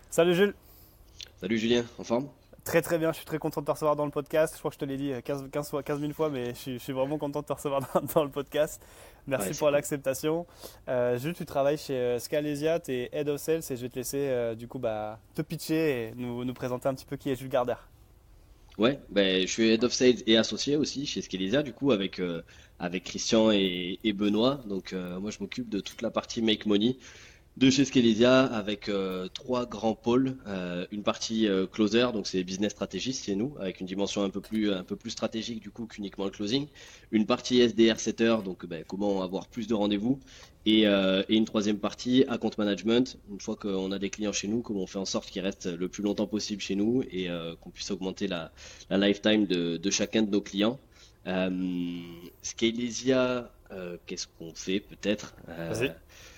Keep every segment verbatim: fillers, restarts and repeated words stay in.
Salut Jules, Salut Julien, en forme? très très bien, je suis très content de te recevoir dans le podcast. Je crois que je te l'ai dit quinze, quinze fois, quinze mille fois, mais je suis, je suis vraiment content de te recevoir dans, dans le podcast. Ouais, Merci c'est pour cool. l'acceptation. Euh, Jules, tu travailles chez euh, Scalesia, tu es Head of Sales et je vais te laisser euh, du coup bah, te pitcher et nous, nous présenter un petit peu qui est Jules Gardère. Ouais, ben, je suis Head of Sales et associé aussi chez Skeleza, du coup, avec, euh, avec Christian et, et Benoît. Donc, euh, moi, je m'occupe de toute la partie Make Money de chez Skeleza avec euh, trois grands pôles. Euh, une partie euh, closer, donc c'est business stratégiste chez nous, avec une dimension un peu plus, un peu plus stratégique du coup qu'uniquement le closing. Une partie S D R setter, donc ben, comment avoir plus de rendez-vous. Et, euh, et une troisième partie, account management. Une fois qu'on a des clients chez nous, comment on fait en sorte qu'ils restent le plus longtemps possible chez nous et euh, qu'on puisse augmenter la, la lifetime de, de chacun de nos clients. Euh, Scalesia, euh, qu'est-ce qu'on fait peut-être? Euh, Vas-y.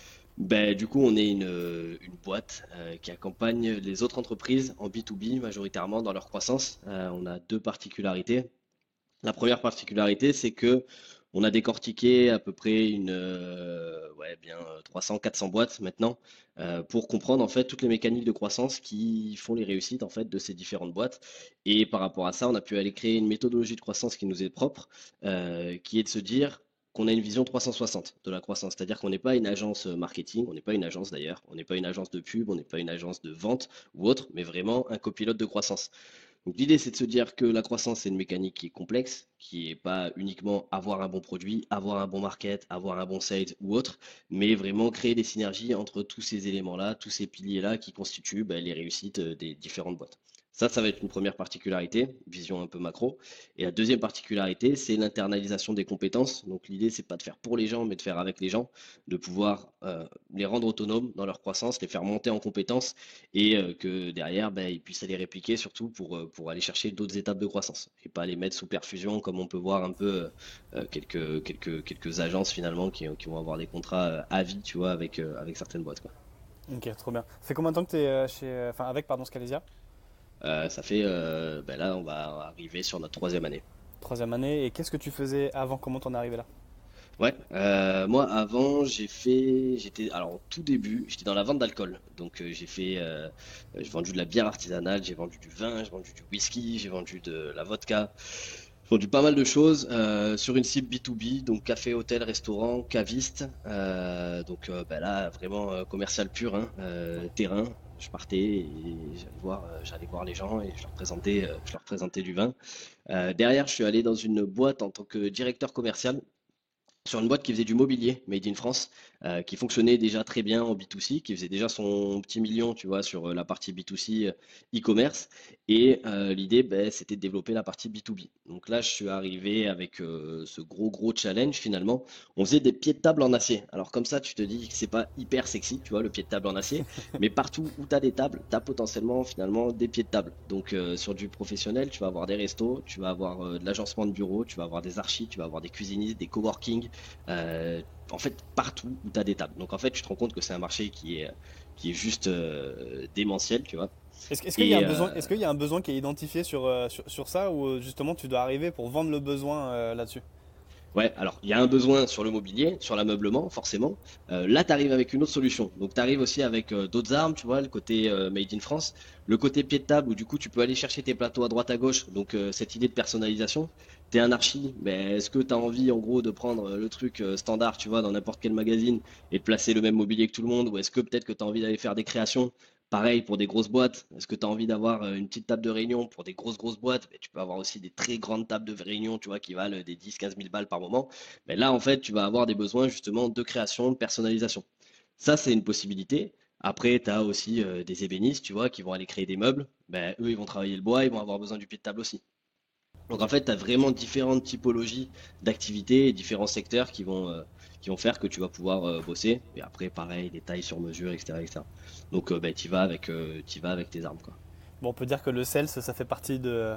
ben, du coup, on est une, euh, une boîte euh, qui accompagne les autres entreprises en B deux B majoritairement dans leur croissance. Euh, on a deux particularités. La première particularité, c'est que on a décortiqué à peu près une, euh, ouais, bien euh, trois cents, quatre cents boîtes maintenant euh, pour comprendre en fait toutes les mécaniques de croissance qui font les réussites en fait de ces différentes boîtes. Et par rapport à ça, on a pu aller créer une méthodologie de croissance qui nous est propre, euh, qui est de se dire qu'on a une vision trois cent soixante de la croissance, c'est-à-dire qu'on n'est pas une agence marketing, on n'est pas une agence d'ailleurs, on n'est pas une agence de pub, on n'est pas une agence de vente ou autre, mais vraiment un copilote de croissance. Donc l'idée, c'est de se dire que la croissance, c'est une mécanique qui est complexe, qui n'est pas uniquement avoir un bon produit, avoir un bon market, avoir un bon sales ou autre, mais vraiment créer des synergies entre tous ces éléments-là, tous ces piliers-là qui constituent ben, les réussites euh, des différentes boîtes. Ça, ça va être une première particularité, vision un peu macro. Et la deuxième particularité, c'est l'internalisation des compétences. Donc l'idée, c'est pas de faire pour les gens, mais de faire avec les gens, de pouvoir euh, les rendre autonomes dans leur croissance, les faire monter en compétences et euh, que derrière, ben, ils puissent aller répliquer surtout pour, euh, pour aller chercher d'autres étapes de croissance et pas les mettre sous perfusion comme on peut voir un peu euh, quelques, quelques, quelques agences finalement qui, qui vont avoir des contrats euh, à vie, tu vois, avec, euh, avec certaines boîtes, quoi. Ok, trop bien. Ça fait combien de temps que tu es chez, euh, enfin, avec pardon, Scalesia? Euh, ça fait, euh, ben là, on va arriver sur notre troisième année. Troisième année. Et qu'est-ce que tu faisais avant? Comment t'en es arrivé là? Ouais, euh, moi avant j'ai fait, j'étais, alors au tout début, j'étais dans la vente d'alcool. Donc euh, j'ai fait, euh, j'ai vendu de la bière artisanale, j'ai vendu du vin, j'ai vendu du whisky, j'ai vendu de la vodka. J'ai vendu pas mal de choses euh, sur une cible B deux B, donc café, hôtel, restaurant, caviste. Euh, donc euh, ben là, vraiment euh, commercial pur, hein, euh, terrain. Je partais et j'allais voir, euh, j'allais voir les gens et je leur présentais, euh, je leur présentais du vin. Euh, derrière, je suis allé dans une boîte en tant que directeur commercial sur une boîte qui faisait du mobilier made in France, euh, qui fonctionnait déjà très bien en B deux C, qui faisait déjà son petit million, tu vois, sur euh, la partie B deux C euh, e-commerce. Et euh, l'idée, ben, c'était de développer la partie B deux B. Donc là, je suis arrivé avec euh, ce gros, gros challenge finalement. On faisait des pieds de table en acier. Alors comme ça, tu te dis que c'est pas hyper sexy, tu vois, le pied de table en acier. Mais partout où tu as des tables, tu as potentiellement finalement des pieds de table. Donc euh, sur du professionnel, tu vas avoir des restos, tu vas avoir euh, de l'agencement de bureaux, tu vas avoir des archis, tu vas avoir des cuisinistes, des coworking, euh, en fait, partout où tu as des tables. Donc en fait, tu te rends compte que c'est un marché qui est, qui est juste euh, démentiel, tu vois. Est-ce, est-ce qu'il y a un Et besoin, euh, est-ce qu'il y a un besoin qui est identifié sur, euh, sur, sur ça ou euh, justement tu dois arriver pour vendre le besoin euh, là-dessus? ouais, alors il y a un besoin sur le mobilier, sur l'ameublement, forcément. Euh, là, tu arrives avec une autre solution. Donc tu arrives aussi avec euh, d'autres armes, tu vois, le côté euh, Made in France, le côté pied de table où du coup tu peux aller chercher tes plateaux à droite à gauche. Donc euh, cette idée de personnalisation. T'es un archi, mais est-ce que tu as envie en gros de prendre euh, le truc euh, standard, tu vois, dans n'importe quel magazine et de placer le même mobilier que tout le monde, ou est-ce que peut-être que tu as envie d'aller faire des créations? Pareil pour des grosses boîtes. Est-ce que tu as envie d'avoir euh, une petite table de réunion pour des grosses grosses boîtes? Mais tu peux avoir aussi des très grandes tables de réunion, tu vois, qui valent euh, des dix, quinze mille balles par moment. Mais là, en fait, tu vas avoir des besoins justement de création, de personnalisation. Ça, c'est une possibilité. Après, tu as aussi euh, des ébénistes, tu vois, qui vont aller créer des meubles. Ben, eux, ils vont travailler le bois, ils vont avoir besoin du pied de table aussi. Donc Ok. en fait, tu as vraiment différentes typologies d'activités et différents secteurs qui vont, euh, qui vont faire que tu vas pouvoir euh, bosser. Et après, pareil, des tailles sur mesure, et cetera, et cetera. Donc euh, ben, tu vas avec, euh, t'y vas avec tes armes, quoi. Bon, on peut dire que le sales, ça fait partie de,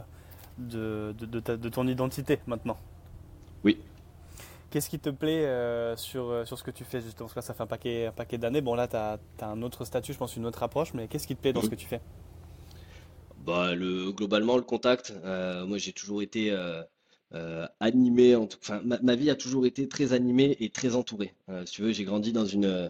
de, de, de ta- de ton identité maintenant. Oui. Qu'est-ce qui te plaît euh, sur, euh, sur ce que tu fais justement? Parce que là, ça fait un paquet, un paquet d'années. Bon, là, tu as un autre statut, je pense, une autre approche, mais qu'est-ce qui te plaît dans ce que Mhm. tu fais? Bah, le, globalement, le contact, euh, moi j'ai toujours été euh, euh, animé, en tout, enfin, ma, ma vie a toujours été très animée et très entourée. Euh, si tu veux, j'ai grandi dans une,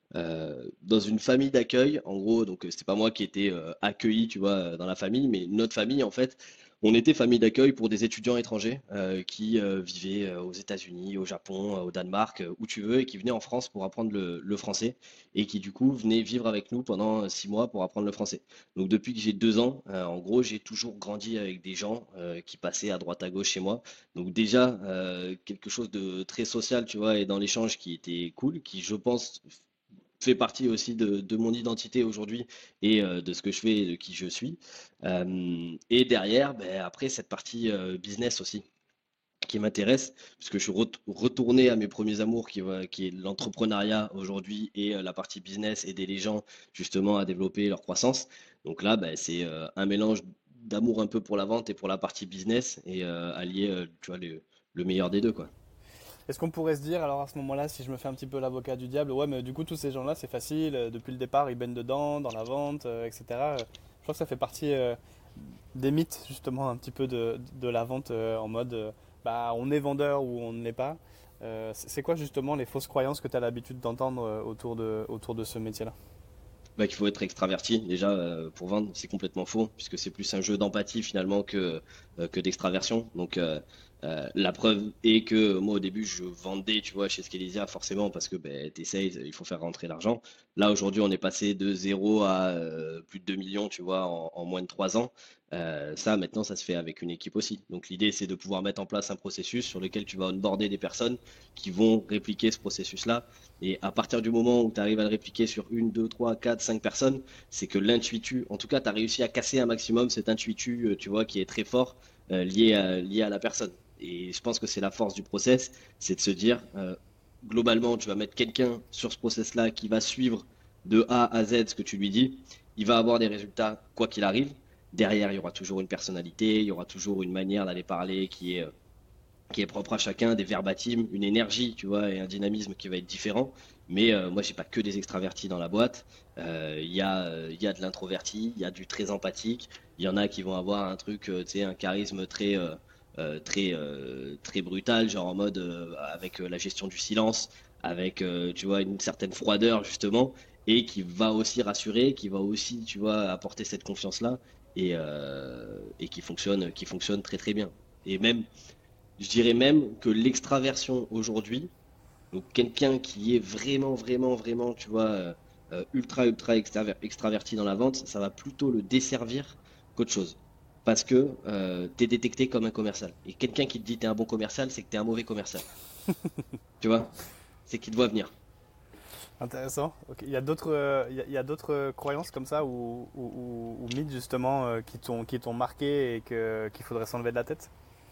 euh, dans une famille d'accueil, en gros, donc euh, c'était pas moi qui étais euh, accueilli, tu vois, euh, dans la famille, mais notre famille, en fait, on était famille d'accueil pour des étudiants étrangers euh, qui euh, vivaient euh, aux États-Unis, au Japon, euh, au Danemark, euh, où tu veux, et qui venaient en France pour apprendre le, le français, et qui du coup venaient vivre avec nous pendant euh, six mois pour apprendre le français. Donc depuis que j'ai deux ans, euh, en gros, j'ai toujours grandi avec des gens euh, qui passaient à droite à gauche chez moi. Donc déjà, euh, quelque chose de très social, tu vois, et dans l'échange qui était cool, qui je pense fait partie aussi de, de mon identité aujourd'hui et euh, de ce que je fais et de qui je suis. Euh, et derrière, ben, après, cette partie euh, business aussi qui m'intéresse, puisque je suis ret- retourné à mes premiers amours, qui, va- qui est l'entrepreneuriat aujourd'hui et euh, la partie business, aider les gens justement à développer leur croissance. Donc là, ben, c'est euh, un mélange d'amour un peu pour la vente et pour la partie business et euh, allier, euh, tu vois, le, le meilleur des deux, quoi. Est-ce qu'on pourrait se dire, alors à ce moment-là, si je me fais un petit peu l'avocat du diable, ouais, mais du coup, tous ces gens-là, c'est facile, euh, depuis le départ, ils baignent dedans, dans la vente, euh, et cetera. Euh, Je crois que ça fait partie euh, des mythes, justement, un petit peu de, de la vente euh, en mode, euh, bah, on est vendeur ou on ne l'est pas. Euh, c'est c'est quoi, justement, les fausses croyances que tu as l'habitude d'entendre euh, autour de, autour de ce métier-là? Bah, qu'il faut être extraverti déjà euh, pour vendre, c'est complètement faux puisque c'est plus un jeu d'empathie finalement que euh, que d'extraversion. Donc euh, euh, la preuve est que moi au début je vendais, tu vois, chez Skelesia forcément parce que ben t'essayes, il faut faire rentrer l'argent. Là aujourd'hui on est passé de zéro à euh, plus de deux millions, tu vois, en, en moins de trois ans. Euh, ça maintenant ça se fait avec une équipe aussi. Donc l'idée c'est de pouvoir mettre en place un processus sur lequel tu vas onboarder des personnes qui vont répliquer ce processus-là et à partir du moment où tu arrives à le répliquer sur une, deux, trois, quatre, cinq personnes, c'est que l'intuitu, en tout cas, tu as réussi à casser un maximum cet intuitu, euh, tu vois, qui est très fort, euh, lié à, lié à la personne. Et je pense que c'est la force du process, c'est de se dire, euh, globalement, tu vas mettre quelqu'un sur ce process-là qui va suivre de A à Z ce que tu lui dis. Il va avoir des résultats quoi qu'il arrive. Derrière, il y aura toujours une personnalité, il y aura toujours une manière d'aller parler qui est euh, qui est propre à chacun, des verbatims, une énergie, tu vois, et un dynamisme qui va être différent. Mais euh, moi, j'ai pas que des extravertis dans la boîte. Euh, Il y a, euh, il y a de l'introverti, il y a du très empathique. Il y en a qui vont avoir un truc, euh, tu sais, un charisme très, euh, euh, très, euh, très brutal, genre en mode euh, avec euh, la gestion du silence, avec, euh, tu vois, une certaine froideur justement, et qui va aussi rassurer, qui va aussi, tu vois, apporter cette confiance-là et, euh, et qui fonctionne, qui fonctionne très très bien. Et même je dirais même que l'extraversion aujourd'hui, donc quelqu'un qui est vraiment, vraiment, vraiment, tu vois, euh, euh, ultra, ultra extraver- extraverti dans la vente, ça va plutôt le desservir qu'autre chose. Parce que euh, tu es détecté comme un commercial. Et quelqu'un qui te dit t'es un bon commercial, c'est que t'es un mauvais commercial. Tu vois? C'est qu'il te voit venir. Intéressant. Ok. Il y a d'autres, euh, il y a, il y a d'autres euh, croyances comme ça ou, ou, ou- ou mythes justement euh, qui t'ont, qui t'ont marqué et que, qu'il faudrait s'enlever de la tête?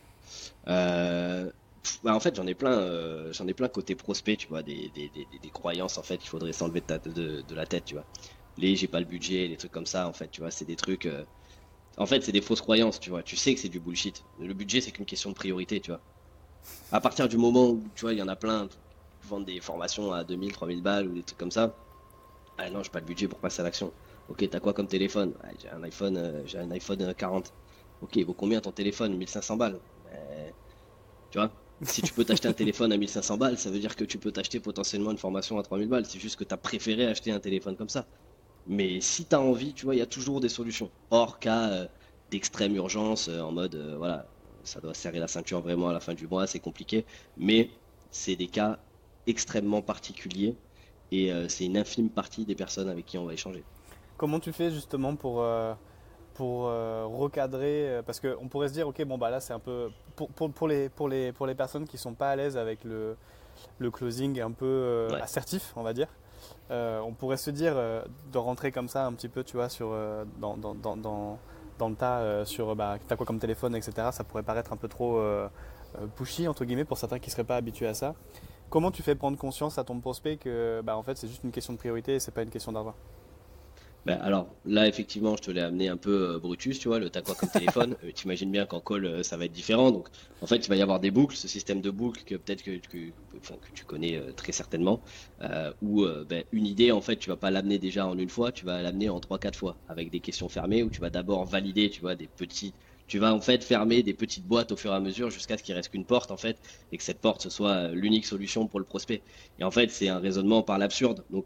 Euh, pff, bah, en fait, j'en ai plein, euh, j'en ai plein côté prospect, tu vois, des, des, des, des- des croyances en fait qu'il faudrait s'enlever de, ta- de, de la tête, tu vois. Les j'ai pas le budget, les trucs comme ça, en fait, tu vois, c'est des trucs. euh, En fait, c'est des fausses croyances, tu vois. Tu sais que c'est du bullshit. Le budget, c'est qu'une question de priorité, tu vois. À partir du moment où, tu vois, il y en a plein qui vendent des formations à deux mille, trois mille balles ou des trucs comme ça. Ah non, j'ai pas le budget pour passer à l'action. Ok, t'as quoi comme téléphone? Ah, j'ai un iPhone, euh, j'ai un iPhone euh, quarante. Ok, il vaut combien ton téléphone? mille cinq cents balles. Mais, tu vois, si tu peux t'acheter un téléphone à mille cinq cents balles, ça veut dire que tu peux t'acheter potentiellement une formation à trois mille balles. C'est juste que tu as préféré acheter un téléphone comme ça. Mais si tu as envie, tu vois, il y a toujours des solutions. Hors cas euh, d'extrême urgence, euh, en mode, euh, voilà, ça doit serrer la ceinture vraiment à la fin du mois, c'est compliqué. Mais c'est des cas extrêmement particuliers et euh, c'est une infime partie des personnes avec qui on va échanger. Comment tu fais justement pour, euh, pour euh, recadrer euh, parce qu'on pourrait se dire, ok, bon, bah là, c'est un peu. Pour, pour, pour les, pour, les, pour les personnes qui sont pas à l'aise avec le, le closing un peu euh, Ouais. assertif, on va dire, euh, on pourrait se dire euh, de rentrer comme ça un petit peu, tu vois, sur, euh, dans, dans, dans, dans, dans le tas, euh, sur bah, t'as quoi comme téléphone, et cetera. Ça pourrait paraître un peu trop euh, euh, pushy, entre guillemets, pour certains qui seraient pas habitués à ça. Comment tu fais prendre conscience à ton prospect que bah, en fait, c'est juste une question de priorité et c'est pas une question d'argent? Ben alors là effectivement je te l'ai amené un peu euh, Brutus, tu vois, le t'as quoi comme téléphone. Euh, t'imagines bien qu'en call euh, ça va être différent. Donc en fait il va y avoir des boucles, ce système de boucles que peut-être que, que, enfin, que tu connais euh, très certainement, euh, où euh, ben, une idée en fait tu vas pas l'amener déjà en une fois, tu vas l'amener en trois quatre fois avec des questions fermées où tu vas d'abord valider, tu vois, des petits. Tu vas en fait fermer des petites boîtes au fur et à mesure jusqu'à ce qu'il reste qu'une porte en fait et que cette porte ce soit euh, l'unique solution pour le prospect. Et en fait c'est un raisonnement par l'absurde. Donc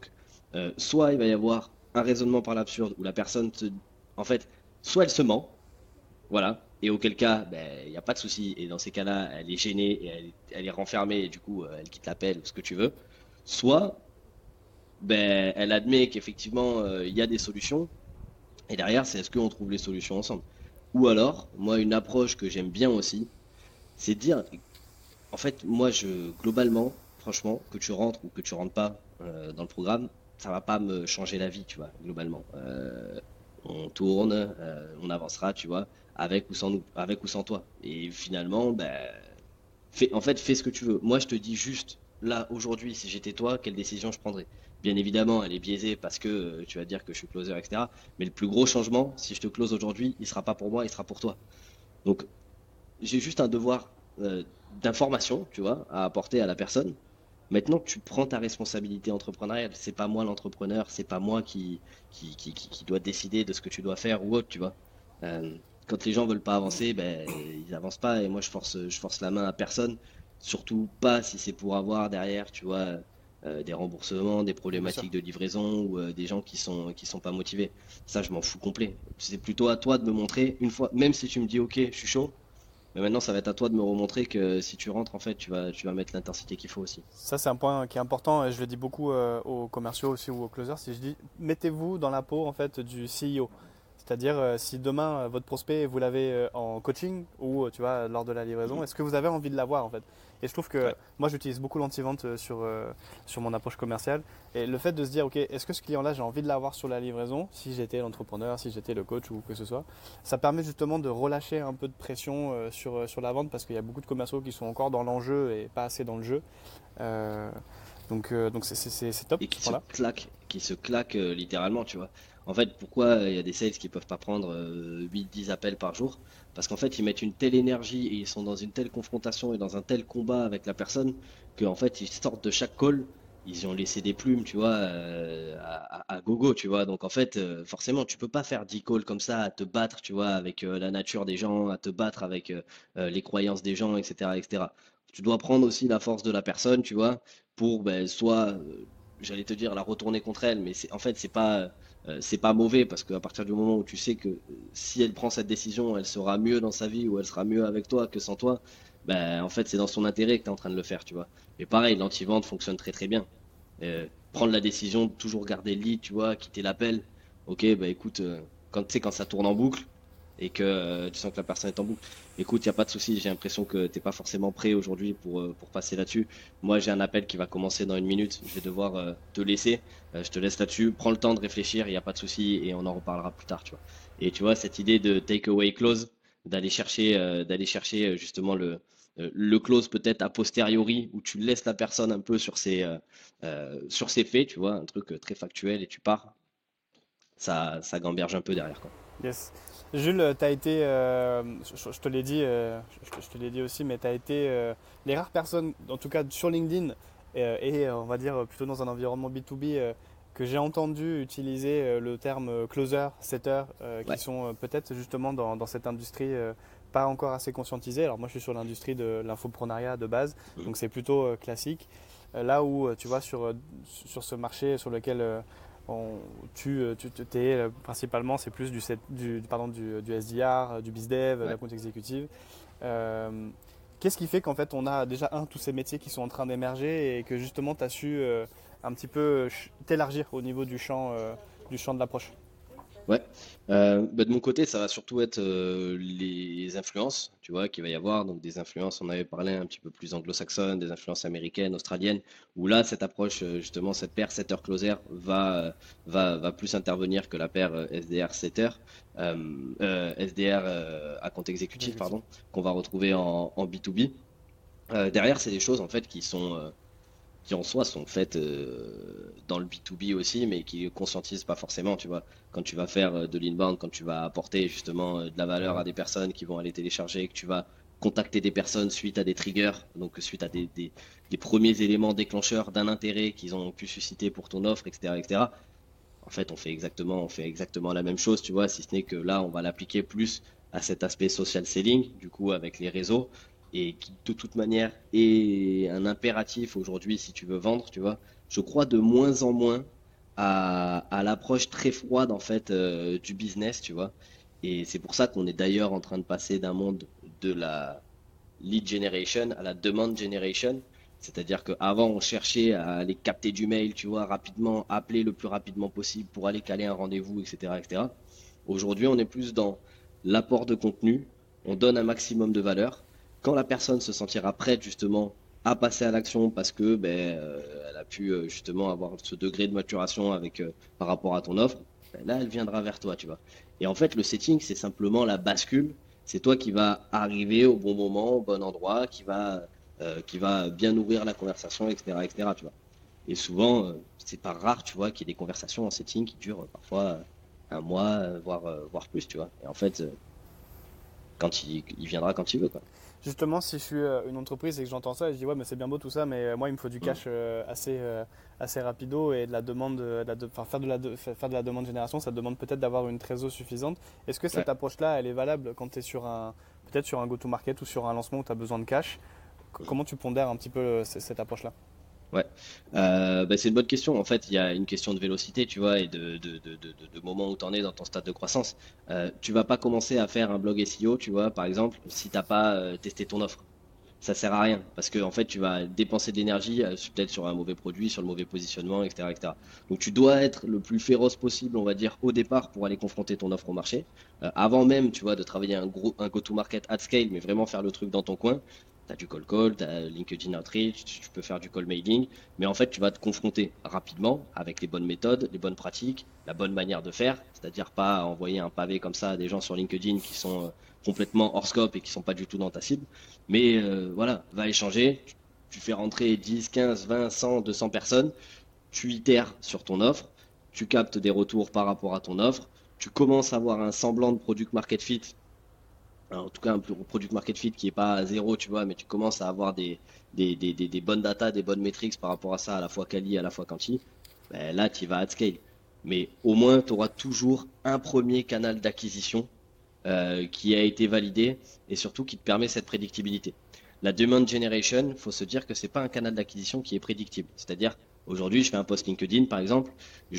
Euh, soit il va y avoir un raisonnement par l'absurde où la personne, te- en fait, soit elle se ment, voilà, et auquel cas, ben, il n'y a pas de souci, et dans ces cas-là, elle est gênée et elle, est- elle est renfermée, et du coup, euh, elle quitte l'appel ou ce que tu veux. Soit, ben, elle admet qu'effectivement, euh, il y a des solutions, et derrière, c'est est-ce qu'on trouve les solutions ensemble. Ou alors, moi, une approche que j'aime bien aussi, c'est de dire, en fait, moi, je, globalement, franchement, que tu rentres ou que tu rentres pas euh, dans le programme, ça va pas me changer la vie, tu vois, globalement. Euh, on tourne, euh, on avancera, tu vois, avec ou sans nous, avec ou sans toi. Et finalement, ben, fais, en fait, fais ce que tu veux. Moi, je te dis juste, là, aujourd'hui, si j'étais toi, quelle décision je prendrais? Bien évidemment, elle est biaisée parce que euh, tu vas dire que je suis closer, et cetera. Mais le plus gros changement, si je te close aujourd'hui, il sera pas pour moi, il sera pour toi. Donc, j'ai juste un devoir euh, d'information, tu vois, à apporter à la personne. Maintenant, tu prends ta responsabilité entrepreneuriale. C'est pas moi l'entrepreneur, c'est pas moi qui, qui, qui, qui, qui doit décider de ce que tu dois faire ou autre, tu vois. Euh, quand les gens veulent pas avancer, ben, ils avancent pas et moi je force, je force la main à personne. Surtout pas si c'est pour avoir derrière, tu vois, euh, des remboursements, des Bien sûr. problématiques de livraison ou euh, des gens qui sont, qui sont pas motivés. Ça, je m'en fous complet. C'est plutôt à toi de me montrer une fois, même si tu me dis, ok, je suis chaud, mais maintenant, ça va être à toi de me remontrer que si tu rentres, en fait, tu vas, tu vas mettre l'intensité qu'il faut aussi. Ça, c'est un point qui est important et je le dis beaucoup euh, aux commerciaux aussi ou aux closers. Si je dis, mettez-vous dans la peau en fait du C E O. C'est-à-dire, euh, si demain euh, votre prospect, vous l'avez euh, en coaching ou euh, tu vois, lors de la livraison, Mhm. est-ce que vous avez envie de l'avoir en fait? Et je trouve que Ouais. moi, j'utilise beaucoup l'anti-vente euh, sur, euh, sur mon approche commerciale. Et le fait de se dire, ok, est-ce que ce client-là, j'ai envie de l'avoir sur la livraison, si j'étais l'entrepreneur, si j'étais le coach ou que ce soit, ça permet justement de relâcher un peu de pression euh, sur, euh, sur la vente parce qu'il y a beaucoup de commerciaux qui sont encore dans l'enjeu et pas assez dans le jeu. Euh, donc, euh, donc c'est, c'est- c'est- c'est top Et ce qui se point-là. claque, qui se claque euh, littéralement, tu vois. En fait, pourquoi euh, il y a des sales qui peuvent pas prendre euh, huit dix appels par jour? Parce qu'en fait, ils mettent une telle énergie et ils sont dans une telle confrontation et dans un tel combat avec la personne qu'en fait, ils sortent de chaque call, ils ont laissé des plumes, tu vois, euh, à, à- à gogo, tu vois. Donc en fait, euh, forcément, tu peux pas faire dix calls comme ça, à te battre, tu vois, avec euh, la nature des gens, à te battre avec euh, euh, les croyances des gens, et cetera, et cetera. Tu dois prendre aussi la force de la personne, tu vois, pour ben, soit euh, j'allais te dire la retourner contre elle, mais c'est en fait c'est pas euh, c'est pas mauvais parce qu'à partir du moment où tu sais que euh, si elle prend cette décision, elle sera mieux dans sa vie ou elle sera mieux avec toi que sans toi, ben en fait c'est dans son intérêt que tu es en train de le faire, tu vois. Et pareil, l'anti-vente fonctionne très très bien. Euh, prendre la décision de toujours garder le lead, tu vois, quitter l'appel. Ok, bah écoute, euh, quand tu sais quand ça tourne en boucle et que euh, tu sens que la personne est en boucle, écoute, il y a pas de souci, j'ai l'impression que t'es pas forcément prêt aujourd'hui pour euh, pour passer là-dessus. Moi, j'ai un appel qui va commencer dans une minute. Je vais devoir euh, te laisser. Euh, je te laisse là-dessus. Prends le temps de réfléchir. Il n'y a pas de souci et on en reparlera plus tard, tu vois. Et tu vois, cette idée de take away clause, d'aller chercher, euh, d'aller chercher euh, justement le, euh, le clause peut-être a posteriori où tu laisses la personne un peu sur ses, euh, euh, sur ses faits, tu vois, un truc euh, très factuel et tu pars. Ça, ça gamberge un peu derrière, quoi. Yes. Jules, tu as été, euh, je, je te l'ai dit, euh, je, te je te l'ai dit aussi, mais tu as été euh, les rares personnes, en tout cas sur LinkedIn, euh, et euh, on va dire plutôt dans un environnement B deux B, euh, que j'ai entendu utiliser euh, le terme euh, closer, setter, euh, qui Ouais. sont euh, peut-être justement dans, dans cette industrie euh, pas encore assez conscientisée. Alors moi je suis sur l'industrie de l'infoprenariat de base, Mhm. donc c'est plutôt euh, classique. Euh, là où euh, tu vois sur, euh, sur ce marché sur lequel euh, on- tu, euh, tu, tu- t'es, euh, principalement, c'est plus du, set- du, pardon, du, du S D R, euh, du BizDev, de la Ouais. compte exécutive. Euh, Qu'est-ce qui fait qu'en fait on a déjà un tous ces métiers qui sont en train d'émerger et que justement tu as su euh, un petit peu euh, ch- t'élargir au niveau du champ, euh, du champ de l'approche? Ouais. Euh, bah, de mon côté, ça va surtout être euh, les influences, tu vois, qu'il va y avoir. Donc des influences, on avait parlé un petit peu plus anglo-saxonnes, des influences américaines, australiennes, où là, cette approche, euh, justement, cette paire setter-closer va, euh, va, va plus intervenir que la paire euh, S D R-setter, euh, euh, S D R euh, à compte Compte exécutif, exécutif. pardon, qu'on va retrouver en, en B deux B. Euh, derrière, c'est des choses, en fait, qui sont, euh, qui en soi sont faites euh, dans le B deux B aussi, mais qui ne conscientisent pas forcément, tu vois. Quand tu vas faire euh, de l'inbound, quand tu vas apporter justement euh, de la valeur à des personnes qui vont aller télécharger, que tu vas contacter des personnes suite à des triggers, donc suite à des, des, des premiers éléments déclencheurs d'un intérêt qu'ils ont pu susciter pour ton offre, et cetera, et cetera. En fait, on fait exactement, on fait exactement la même chose, tu vois, si ce n'est que là, on va l'appliquer plus à cet aspect social selling, du coup, avec les réseaux, et qui, de toute manière, est un impératif aujourd'hui si tu veux vendre, tu vois. Je crois de moins en moins à, à l'approche très froide en fait euh, du business, tu vois. Et c'est pour ça qu'on est d'ailleurs en train de passer d'un monde de la lead generation à la demand generation. C'est-à-dire qu'avant, on cherchait à aller capter du mail, tu vois, rapidement, appeler le plus rapidement possible pour aller caler un rendez-vous, et cetera, et cetera. Aujourd'hui, on est plus dans l'apport de contenu, on donne un maximum de valeur. Quand la personne se sentira prête justement à passer à l'action parce que ben, euh, elle a pu euh, justement avoir ce degré de maturation avec euh, par rapport à ton offre, ben là elle viendra vers toi, tu vois. Et en fait, le setting, c'est simplement la bascule. C'est toi qui va arriver au bon moment, au bon endroit, qui va euh, qui va bien ouvrir la conversation, et cetera, et cetera, tu vois. Et souvent, euh, c'est pas rare, tu vois, qu'il y ait des conversations en setting qui durent euh, parfois euh, un mois, euh, voire, euh, voire plus, tu vois. Et en fait, euh, quand il, il viendra quand il veut, quoi. Justement, si je suis euh, une entreprise et que j'entends ça, je dis ouais, mais c'est bien beau tout ça, mais euh, moi il me faut du Mm. cash euh, assez, euh, assez rapido et de la demande, euh, de la de- enfin, faire de la de- faire de la demande génération, ça demande peut-être d'avoir une trésor suffisante. Est-ce que Ouais. cette approche-là, elle est valable quand tu es sur un, peut-être sur un go-to-market ou sur un lancement où tu as besoin de cash? C- Mhm. Comment tu pondères un petit peu euh, c- cette approche-là? Ouais. Euh, bah, c'est une bonne question. En fait, il y a une question de vélocité, tu vois, et de, de, de, de, de- de moment où tu en es dans ton stade de croissance. Euh, tu vas pas commencer à faire un blog S E O, tu vois, par exemple, si t'as pas euh, testé ton offre. Ça sert à rien parce que en fait tu vas dépenser de l'énergie euh, peut-être sur un mauvais produit, sur le mauvais positionnement, et cetera, et cetera. Donc tu dois être le plus féroce possible, on va dire, au départ pour aller confronter ton offre au marché. Euh, avant même, tu vois, de travailler un gros un go-to-market at scale, mais vraiment faire le truc dans ton coin. Tu as du call call, tu as LinkedIn Outreach, tu peux faire du call mailing, mais en fait tu vas te confronter rapidement avec les bonnes méthodes, les bonnes pratiques, la bonne manière de faire, c'est-à-dire pas envoyer un pavé comme ça à des gens sur LinkedIn qui sont euh, complètement hors scope et qui sont pas du tout dans ta cible. Mais euh, voilà, va échanger. Tu, tu fais rentrer dix, quinze, vingt, cent, deux cents personnes. Tu itères sur ton offre. Tu captes des retours par rapport à ton offre. Tu commences à avoir un semblant de product market fit. Alors, en tout cas, un product market fit qui est pas à zéro, tu vois, mais tu commences à avoir des, des, des, des, des bonnes data, des bonnes métriques par rapport à ça, à la fois quali, à la fois quanti. Ben, là, tu vas at scale. Mais au moins, tu auras toujours un premier canal d'acquisition euh, qui a été validé et surtout qui te permet cette prédictibilité. La demand generation, il faut se dire que c'est pas un canal d'acquisition qui est prédictible. C'est-à-dire, aujourd'hui, je fais un post LinkedIn, par exemple,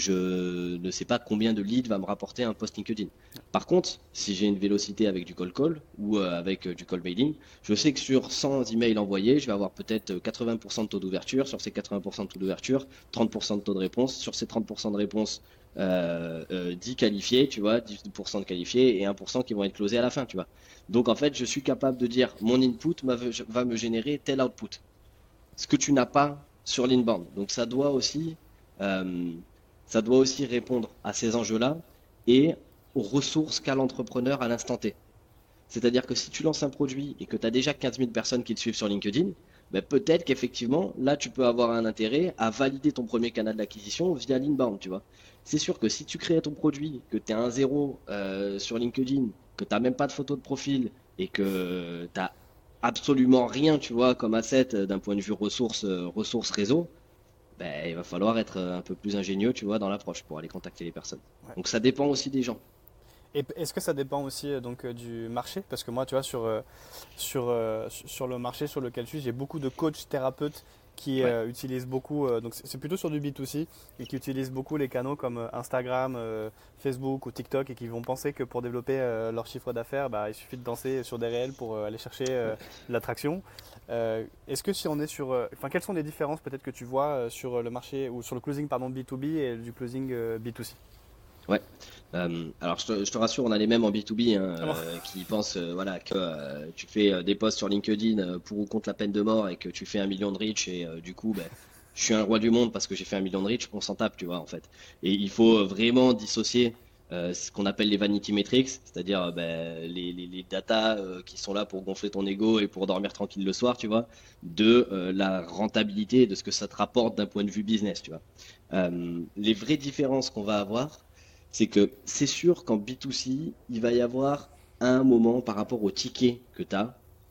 je ne sais pas combien de leads va me rapporter un post LinkedIn. Par contre, si j'ai une vélocité avec du call call ou euh, avec euh, du call mailing, je sais que sur cent emails envoyés, je vais avoir peut-être quatre-vingts pour cent de taux d'ouverture. Sur ces quatre-vingts pour cent de taux d'ouverture, trente pour cent de taux de réponse. Sur ces trente pour cent de réponse, euh, euh, dix qualifiés, tu vois, dix pour cent de qualifiés et un pour cent qui vont être closés à la fin, tu vois. Donc en fait, je suis capable de dire mon input va me générer tel output, ce que tu n'as pas sur l'inbound. Donc ça doit aussi, euh, ça doit aussi répondre à ces enjeux-là et aux ressources qu'a l'entrepreneur à l'instant T. C'est-à-dire que si tu lances un produit et que tu as déjà quinze mille personnes qui te suivent sur LinkedIn, ben peut-être qu'effectivement, là, tu peux avoir un intérêt à valider ton premier canal d'acquisition via l'inbound, tu vois. C'est sûr que si tu crées ton produit, que tu es un zéro euh, sur LinkedIn, que tu n'as même pas de photo de profil et que tu n'as absolument rien, tu vois, comme asset euh, d'un point de vue ressources, euh, ressources réseau, ben, il va falloir être euh, un peu plus ingénieux, tu vois, dans l'approche pour aller contacter les personnes. Ouais. Donc ça dépend aussi des gens. Et p- est-ce que ça dépend aussi euh, donc euh, du marché? Parce que moi, tu vois, sur, euh, sur, euh, su- sur le marché sur lequel je suis, j'ai beaucoup de coachs thérapeutes qui Ouais. euh, utilisent beaucoup, euh, donc c'est c'est plutôt sur du B deux C, et qui utilisent beaucoup les canaux comme euh, Instagram, euh, Facebook ou TikTok, et qui vont penser que pour développer euh, leur chiffre d'affaires, bah, il suffit de danser sur des réels pour euh, aller chercher euh, de l'attraction. Euh, est-ce que si on est sur... euh, Enfin, quelles sont les différences peut-être que tu vois euh, sur le marché, ou sur le closing pardon, B deux B et du closing euh, B deux C? Ouais. Euh, alors je te, je te rassure, on a les mêmes en B deux B hein, Ah bon. euh, qui pensent euh, voilà que euh, tu fais euh, des posts sur LinkedIn euh, pour ou contre la peine de mort et que tu fais un million de reach et euh, du coup ben, je suis un roi du monde parce que j'ai fait un million de reach, on s'en tape, tu vois en fait. Et il faut euh, vraiment dissocier euh, ce qu'on appelle les vanity metrics, c'est-à-dire euh, ben, les, les, les data euh, qui sont là pour gonfler ton ego et pour dormir tranquille le soir, tu vois, de euh, la rentabilité et de ce que ça te rapporte d'un point de vue business, tu vois. Euh, les vraies différences qu'on va avoir c'est que c'est sûr qu'en B deux C, il va y avoir un moment par rapport au ticket que tu as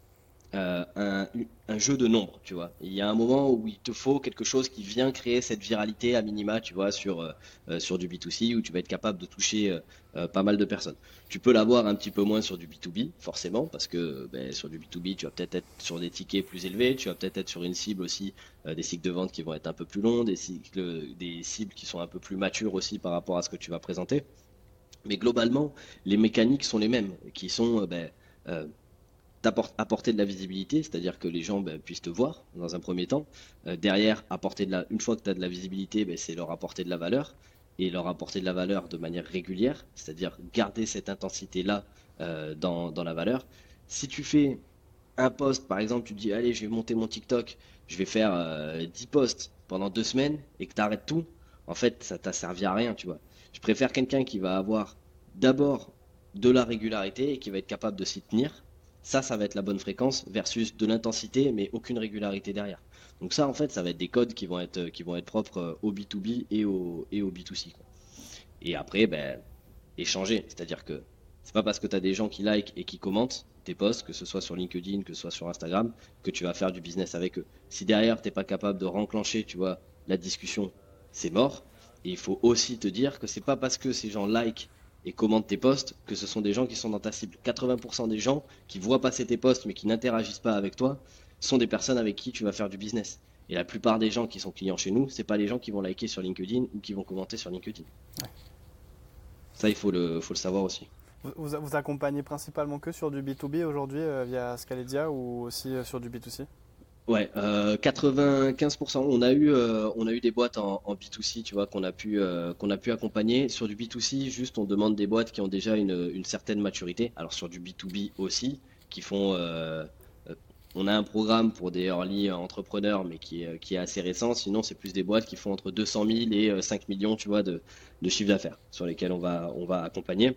euh, un, un jeu de nombres, tu vois. Il y a un moment où il te faut quelque chose qui vient créer cette viralité à minima, tu vois, sur, euh, euh, sur du B deux C où tu vas être capable de toucher euh, euh, pas mal de personnes. Tu peux l'avoir un petit peu moins sur du B deux B, forcément, parce que ben, sur du B deux B, tu vas peut-être être sur des tickets plus élevés, tu vas peut-être être sur une cible aussi, euh, des cycles de vente qui vont être un peu plus longs, des cycles, des cibles qui sont un peu plus matures aussi par rapport à ce que tu vas présenter. Mais globalement, les mécaniques sont les mêmes, qui sont euh, ben, euh, apporter de la visibilité, c'est-à-dire que les gens ben, puissent te voir dans un premier temps. Euh, derrière, apporter de la, une fois que tu as de la visibilité, ben, c'est leur apporter de la valeur et leur apporter de la valeur de manière régulière, c'est-à-dire garder cette intensité-là euh, dans, dans la valeur. Si tu fais un post, par exemple, tu te dis, allez, je vais monter mon TikTok, je vais faire euh, dix posts pendant deux semaines et que tu arrêtes tout, en fait, ça t'a servi à rien, tu vois. Je préfère quelqu'un qui va avoir d'abord de la régularité et qui va être capable de s'y tenir. Ça, ça va être la bonne fréquence versus de l'intensité, mais aucune régularité derrière. Donc ça, en fait, ça va être des codes qui vont être, qui vont être propres euh, au B deux B et au, et au B deux C, quoi. Et après, ben, échanger. C'est-à-dire que c'est pas parce que tu as des gens qui like et qui commentent tes posts, que ce soit sur LinkedIn, que ce soit sur Instagram, que tu vas faire du business avec eux. Si derrière, t'es pas capable de renclencher, tu vois, la discussion, c'est mort. Et il faut aussi te dire que c'est pas parce que ces gens like et commentent tes posts que ce sont des gens qui sont dans ta cible. quatre-vingts pour cent des gens qui voient passer tes posts mais qui n'interagissent pas avec toi sont des personnes avec qui tu vas faire du business. Et la plupart des gens qui sont clients chez nous, c'est pas les gens qui vont liker sur LinkedIn ou qui vont commenter sur LinkedIn. Ça, il faut le, faut le savoir aussi. Vous, vous vous accompagnez principalement que sur du B deux B aujourd'hui euh, via Scaledia ou aussi euh, sur du B deux C? Ouais, euh, quatre-vingt-quinze pour cent. On a eu, euh, on a eu des boîtes en, en B deux C, tu vois, qu'on a pu, euh, qu'on a pu accompagner. Sur du B deux C, juste, on demande des boîtes qui ont déjà une, une certaine maturité. Alors sur du B deux B aussi, qui font, euh, euh, on a un programme pour des early entrepreneurs, mais qui est, qui est assez récent. Sinon, c'est plus des boîtes qui font entre deux cent mille et euh, cinq millions, tu vois, de, de chiffre d'affaires, sur lesquelles on va, on va accompagner.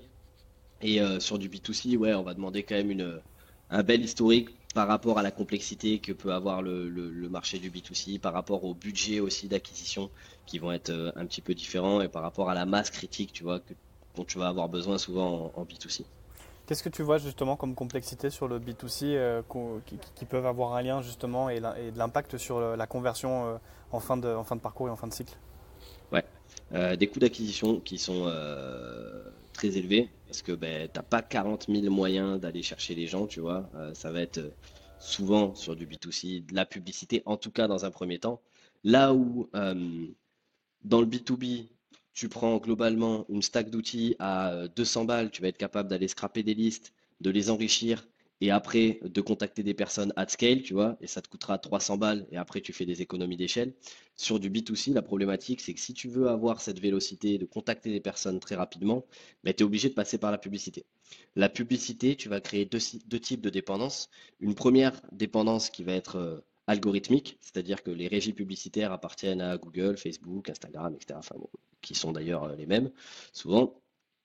Et euh, sur du B deux C, ouais, on va demander quand même une, un bel historique par rapport à la complexité que peut avoir le, le- le marché du B deux C, par rapport au budget aussi d'acquisition qui vont être euh, un petit peu différents et par rapport à la masse critique, tu vois, que- dont tu vas avoir besoin souvent en, en B deux C. Qu'est-ce que tu vois justement comme complexité sur le B deux C euh, qu'on- qui, qui peuvent avoir un lien justement et, la- et de l'impact sur euh, la conversion euh, en fin de, en fin de parcours et en fin de cycle? Ouais. Euh, des coûts d'acquisition qui sont euh, très élevés parce que ben, t'as pas quarante mille moyens d'aller chercher les gens, tu vois. Euh, ça va être euh, souvent sur du B deux C, de la publicité, en tout cas dans un premier temps. Là où euh, dans le B deux B, tu prends globalement une stack d'outils à euh, deux cents balles, tu vas être capable d'aller scraper des listes, de les enrichir et après de contacter des personnes at scale, tu vois, et ça te coûtera trois cents balles et après tu fais des économies d'échelle. Sur du B deux C, la problématique, c'est que si tu veux avoir cette vélocité de contacter des personnes très rapidement, ben, tu es obligé de passer par la publicité. La publicité, tu vas créer deux, deux types de dépendances. Une première dépendance qui va être euh, algorithmique, c'est-à-dire que les régies publicitaires appartiennent à Google, Facebook, Instagram, et cetera. Enfin, bon, qui sont d'ailleurs euh, les mêmes, souvent.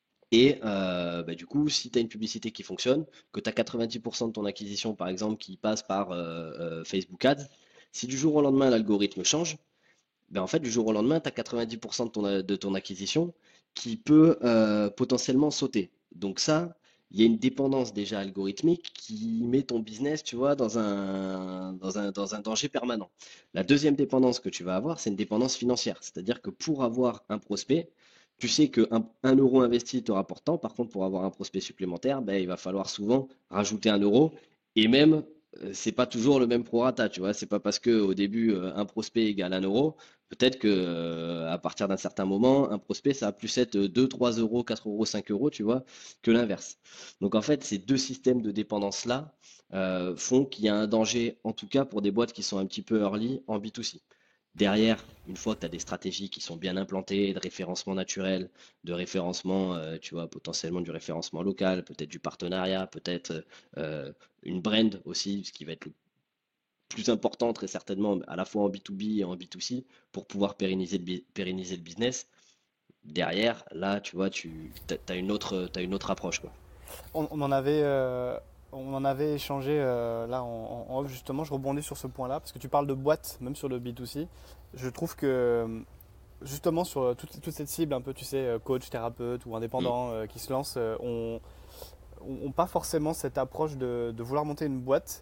Et euh, bah, du coup, si tu as une publicité qui fonctionne, que tu as quatre-vingt-dix pour cent de ton acquisition, par exemple, qui passe par euh, euh, Facebook Ads, si du jour au lendemain l'algorithme change, ben en fait, du jour au lendemain, tu as quatre-vingt-dix pour cent de ton, de ton acquisition qui peut euh, potentiellement sauter. Donc ça, il y a une dépendance déjà algorithmique qui met ton business, tu vois, dans un, dans un, dans un danger permanent. La deuxième dépendance que tu vas avoir, c'est une dépendance financière. C'est-à-dire que pour avoir un prospect, tu sais que un, un euro investi te rapporte tant. Par contre, pour avoir un prospect supplémentaire, ben, il va falloir souvent rajouter un euro. Et même, euh, c'est pas toujours le même prorata, tu vois. C'est pas parce que au début, euh, un prospect égale un euro. Peut-être que euh, à partir d'un certain moment, un prospect, ça va plus être deux, trois euros, quatre euros, cinq euros, tu vois, que l'inverse. Donc en fait, ces deux systèmes de dépendance-là euh, font qu'il y a un danger, en tout cas pour des boîtes qui sont un petit peu early en B deux C. Derrière, une fois que tu as des stratégies qui sont bien implantées, de référencement naturel, de référencement, euh, tu vois, potentiellement du référencement local, peut-être du partenariat, peut-être euh, une brand aussi, ce qui va être le plus important très certainement, à la fois en B deux B et en B deux C, pour pouvoir pérenniser le, pérenniser le business. Derrière, là, tu vois, tu as une autre, t'as une autre approche, quoi. On, on en avait, euh, on en avait échangé euh, là en, en off justement, je rebondis sur ce point-là, parce que tu parles de boîte, même sur le B deux C. Je trouve que justement sur toute, toute cette cible, un peu tu sais, euh, coach, thérapeute ou Mm. indépendant euh, qui se lance, euh, on n'ont pas forcément cette approche de, de vouloir monter une boîte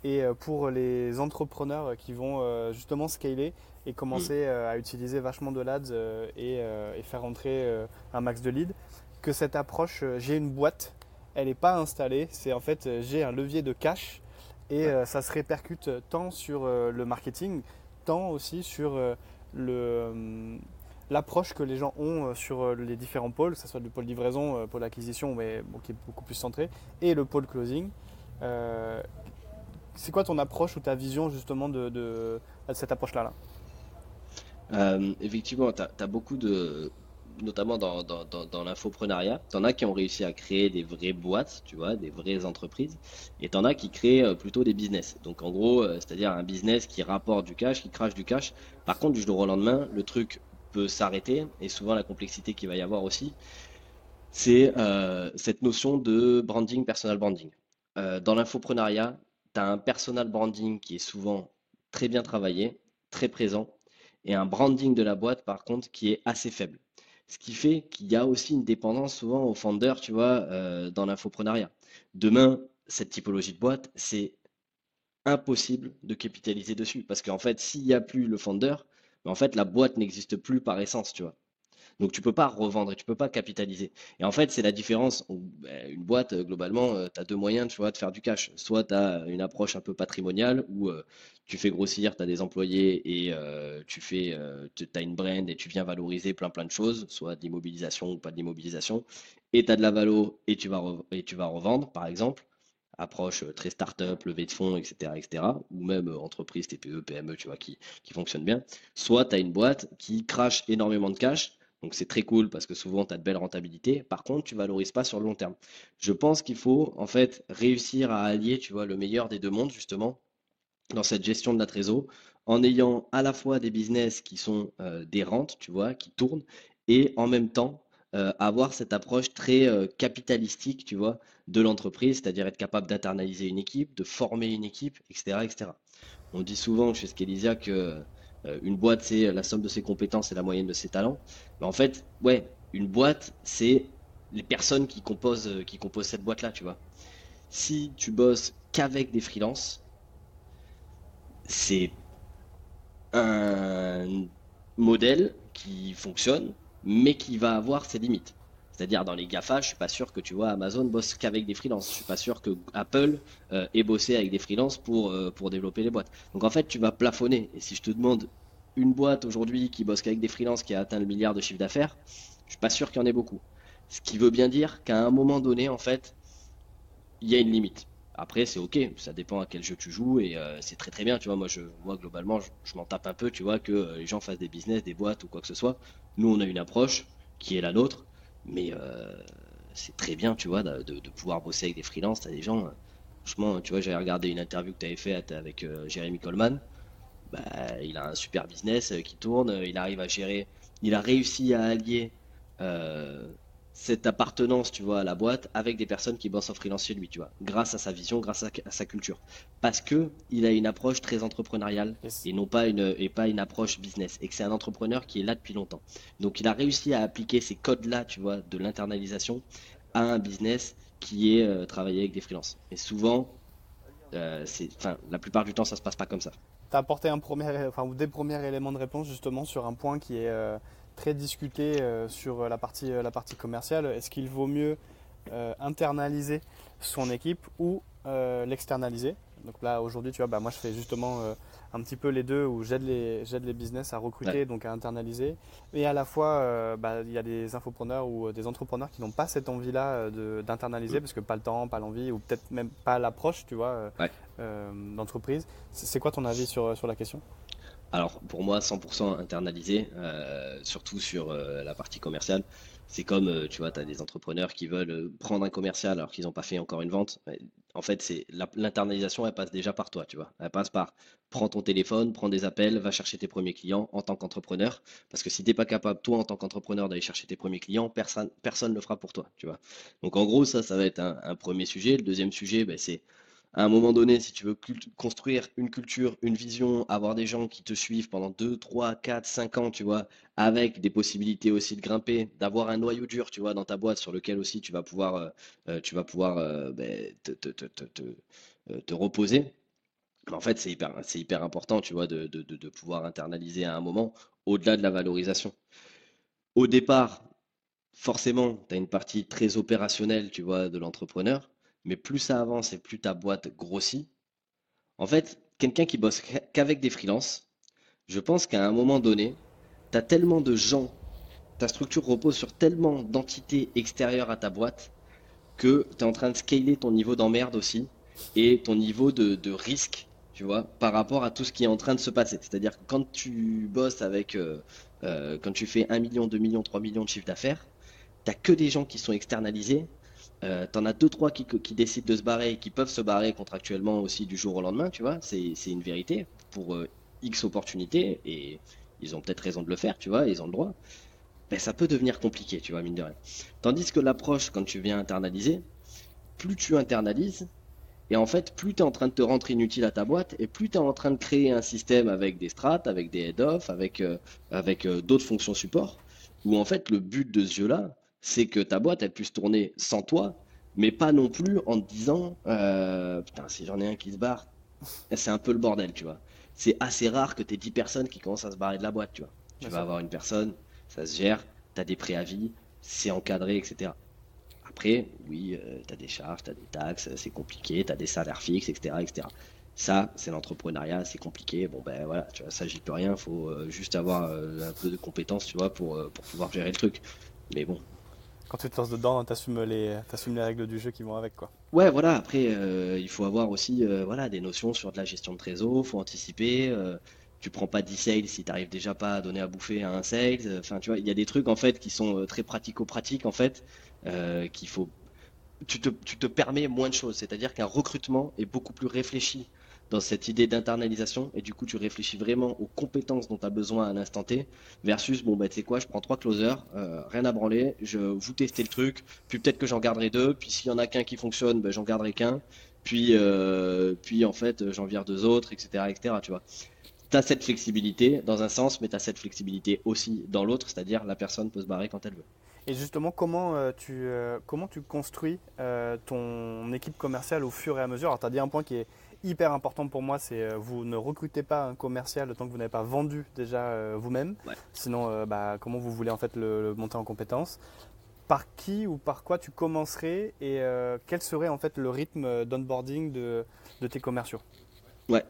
et euh, pour les entrepreneurs qui vont euh, justement scaler et Mm. commencer euh, à utiliser vachement de l'ads euh, et, euh, et faire entrer euh, un max de leads, que cette approche, euh, j'ai une boîte, elle n'est pas installée, c'est en fait euh, j'ai un levier de cash et Ouais. euh, ça se répercute tant sur euh, le marketing, tant aussi sur euh, le, euh, l'approche que les gens ont euh, sur euh, les différents pôles, que ce soit le pôle livraison, euh, pôle acquisition, mais bon, qui est beaucoup plus centré, et le pôle closing. Euh, c'est quoi ton approche ou ta vision justement de, de- de cette approche-là là? Euh, effectivement, tu as, beaucoup de, notamment dans, dans, dans, dans l'infoprenariat, t'en as qui ont réussi à créer des vraies boîtes, tu vois, des vraies entreprises, et t'en as qui créent euh, plutôt des business. Donc en gros, euh, c'est-à-dire un business qui rapporte du cash, qui crache du cash. Par contre, du jour au lendemain, le truc peut s'arrêter, et souvent la complexité qu'il va y avoir aussi, c'est euh, cette notion de branding, personal branding. Euh, dans l'infoprenariat, tu as un personal branding qui est souvent très bien travaillé, très présent, et un branding de la boîte, par contre, qui est assez faible. Ce qui fait qu'il y a aussi une dépendance souvent au founder, tu vois, euh, dans l'infoprenariat. Demain, cette typologie de boîte, c'est impossible de capitaliser dessus. Parce qu'en fait, s'il n'y a plus le founder, en fait, la boîte n'existe plus par essence, tu vois. Donc tu peux pas revendre et tu peux pas capitaliser. Et en fait, c'est la différence. On- ben, Une boîte, euh, globalement, tu as deux moyens, tu vois, de faire du cash. Soit tu as une approche un peu patrimoniale où euh, tu fais grossir, tu as des employés et euh, tu fais, euh, tu as une brand et tu viens valoriser plein plein de choses, soit de l'immobilisation ou pas de l'immobilisation. Et tu as de la valo et tu vas, re- et tu vas revendre, par exemple. Approche euh, très start-up, levée de fonds, et cetera, et cetera. Ou même euh, entreprise, T P E, P M E, tu vois, qui, qui fonctionne bien. Soit tu as une boîte qui crache énormément de cash, donc c'est très cool parce que souvent tu as de belles rentabilités. Par contre, tu valorises pas sur le long terme. Je pense qu'il faut en fait réussir à allier, tu vois, le meilleur des deux mondes justement dans cette gestion de la trésor, en ayant à la fois des business qui sont euh, des rentes, tu vois, qui tournent, et en même temps euh, avoir cette approche très euh, capitalistique, tu vois, de l'entreprise, c'est-à-dire être capable d'internaliser une équipe, de former une équipe, et cetera, et cetera. On dit souvent chez Skelisia que euh, une boîte, c'est la somme de ses compétences et la moyenne de ses talents. Mais en fait, ouais, une boîte, c'est les personnes qui composent, euh, qui composent cette boîte-là, tu vois. Si tu bosses qu'avec des freelances, c'est un modèle qui fonctionne, mais qui va avoir ses limites. C'est-à-dire dans les GAFA, je suis pas sûr que tu vois Amazon bosse qu'avec des freelances. Je suis pas sûr que Apple euh, ait bossé avec des freelances pour, euh, pour développer les boîtes. Donc en fait, tu vas plafonner. Et si je te demande une boîte aujourd'hui qui bosse qu'avec des freelances qui a atteint le milliard de chiffre d'affaires, je suis pas sûr qu'il y en ait beaucoup. Ce qui veut bien dire qu'à un moment donné, en fait, il y a une limite. Après, c'est ok, ça dépend à quel jeu tu joues et euh, c'est très très bien, tu vois. Moi, je, moi globalement, je, je m'en tape un peu, tu vois, que euh, les gens fassent des business, des boîtes ou quoi que ce soit. Nous, on a une approche qui est la nôtre, mais euh, c'est très bien, tu vois, de, de- de pouvoir bosser avec des freelances. T'as des gens, euh, franchement, tu vois, j'avais regardé une interview que tu avais faite avec euh, Jeremy Coleman. Bah, il a un super business euh, qui tourne, euh, il arrive à gérer, il a réussi à allier euh, cette appartenance, tu vois, à la boîte avec des personnes qui bossent en freelance chez lui, tu vois, grâce à sa vision, grâce à, à sa culture. Parce que il a une approche très entrepreneuriale Yes. et non pas une, et pas une approche business, et que c'est un entrepreneur qui est là depuis longtemps. Donc il a réussi à appliquer ces codes-là, tu vois, de l'internalisation à un business qui est euh, travaillé avec des freelances. Et souvent, euh, c'est, enfin, la plupart du temps, ça se passe pas comme ça. Tu as apporté un premier, enfin, ou des premiers éléments de réponse justement sur un point qui est euh, très discuté euh, sur la partie, euh, la partie commerciale. Est-ce qu'il vaut mieux euh, internaliser son équipe ou euh, l'externaliser? Donc là, aujourd'hui, tu vois, bah, moi, je fais justement euh, un petit peu les deux où j'aide les, j'aide les business à Ouais. recruter, donc à internaliser. Et à la fois, euh, bah, il y a des infopreneurs ou euh, des entrepreneurs qui n'ont pas cette envie-là euh, de- d'internaliser Mm. parce que pas le temps, pas l'envie ou peut-être même pas l'approche, tu vois, euh, Ouais. euh, d'entreprise. C'est c'est quoi ton avis sur, sur la question? Alors pour moi, cent pour cent internalisé, euh, surtout sur euh, la partie commerciale. C'est comme, euh, tu vois, tu as des entrepreneurs qui veulent euh, prendre un commercial alors qu'ils n'ont pas fait encore une vente. Ouais, en fait, c'est la- l'internalisation, elle passe déjà par toi, tu vois. Elle passe par prends ton téléphone, prends des appels, va chercher tes premiers clients en tant qu'entrepreneur. Parce que si t'es pas capable, toi, en tant qu'entrepreneur, d'aller chercher tes premiers clients, personne personne ne le fera pour toi, tu vois. Donc en gros, ça, ça va être un, un premier sujet. Le deuxième sujet, ben, c'est à un moment donné, si tu veux cult- construire une culture, une vision, avoir des gens qui te suivent pendant deux, trois, quatre, cinq ans, tu vois, avec des possibilités aussi de grimper, d'avoir un noyau dur, tu vois, dans ta boîte sur lequel aussi tu vas pouvoir, euh, euh, tu vas pouvoir euh, ben, te, te- te- te- te- euh, te reposer. Mais en fait, c'est hyper, c'est hyper important, tu vois, de, de, de, de pouvoir internaliser à un moment, au-delà de la valorisation. Au départ, forcément, tu as une partie très opérationnelle, tu vois, de l'entrepreneur, mais plus ça avance et plus ta boîte grossit. En fait, quelqu'un qui bosse qu'avec des freelances, je pense qu'à un moment donné, tu as tellement de gens, ta structure repose sur tellement d'entités extérieures à ta boîte que tu es en train de scaler ton niveau d'emmerde aussi et ton niveau de, de risque, tu vois, par rapport à tout ce qui est en train de se passer. C'est-à-dire que quand tu bosses avec, euh, euh, quand tu fais un million, deux millions, trois millions de chiffre d'affaires, t'as que des gens qui sont externalisés. Euh, t'en as deux, trois qui, qui décident de se barrer et qui peuvent se barrer contractuellement aussi du jour au lendemain, tu vois. C'est, c'est une vérité pour euh, X opportunités et ils ont peut-être raison de le faire, tu vois, ils ont le droit. Ben, ça peut devenir compliqué, tu vois, mine de rien. Tandis que l'approche, quand tu viens internaliser, plus tu internalises, et en fait, plus tu es en train de te rendre inutile à ta boîte, et plus tu es en train de créer un système avec des strats, avec des head-off, avec, euh, avec euh, d'autres fonctions support, où en fait, le but de ce jeu-là, c'est que ta boîte, elle puisse tourner sans toi, mais pas non plus en te disant, euh, putain, si j'en ai un qui se barre, c'est un peu le bordel, tu vois. C'est assez rare que tu aies dix personnes qui commencent à se barrer de la boîte, tu vois. Tu Bien vas sûr. avoir une personne, ça se gère, tu as des préavis, c'est encadré, et cetera. Après, oui, euh, tu as des charges, tu as des taxes, c'est compliqué, tu as des salaires fixes, et cetera, et cetera. Ça, c'est l'entrepreneuriat, c'est compliqué. Bon, ben voilà, tu vois, ça, j'y peux rien. Faut euh, juste avoir euh, un peu de compétences, tu vois, pour, euh, pour pouvoir gérer le truc. Mais bon, Quand tu te lances dedans, t'assumes les, t'assumes les règles du jeu qui vont avec, quoi. ouais, voilà. Après, euh, il faut avoir aussi, euh, voilà, des notions sur de la gestion de trésor. Faut anticiper. Euh, tu prends pas dix sales si t'arrives déjà pas à donner à bouffer à un sales. Enfin, tu vois, il y a des trucs en fait qui sont euh, très pratico-pratiques en fait, euh, qu'il faut tu te, tu te permets moins de choses. C'est-à-dire qu'un recrutement est beaucoup plus réfléchi dans cette idée d'internalisation et du coup tu réfléchis vraiment aux compétences dont tu as besoin à l'instant T versus bon bah tu sais quoi, je prends trois closers, euh, rien à branler, je vous testez le truc, puis peut-être que j'en garderai deux, puis s'il y en a qu'un qui fonctionne, bah, j'en garderai qu'un, puis euh, puis en fait j'en vire deux autres, et cetera et cetera. Tu vois, tu as cette flexibilité dans un sens, mais tu as cette flexibilité aussi dans l'autre, c'est-à-dire la personne peut se barrer quand elle veut. Et justement, comment, euh, tu, euh, comment tu construis euh, ton équipe commerciale au fur et à mesure? Alors, tu as dit un point qui est hyper important pour moi, c'est euh, vous ne recrutez pas un commercial tant que vous n'avez pas vendu déjà euh, vous-même. Ouais. Sinon, euh, bah, comment vous voulez en fait le, le monter en compétence? Par qui ou par quoi tu commencerais et euh, quel serait en fait le rythme d'onboarding de, de tes commerciaux? Ouais.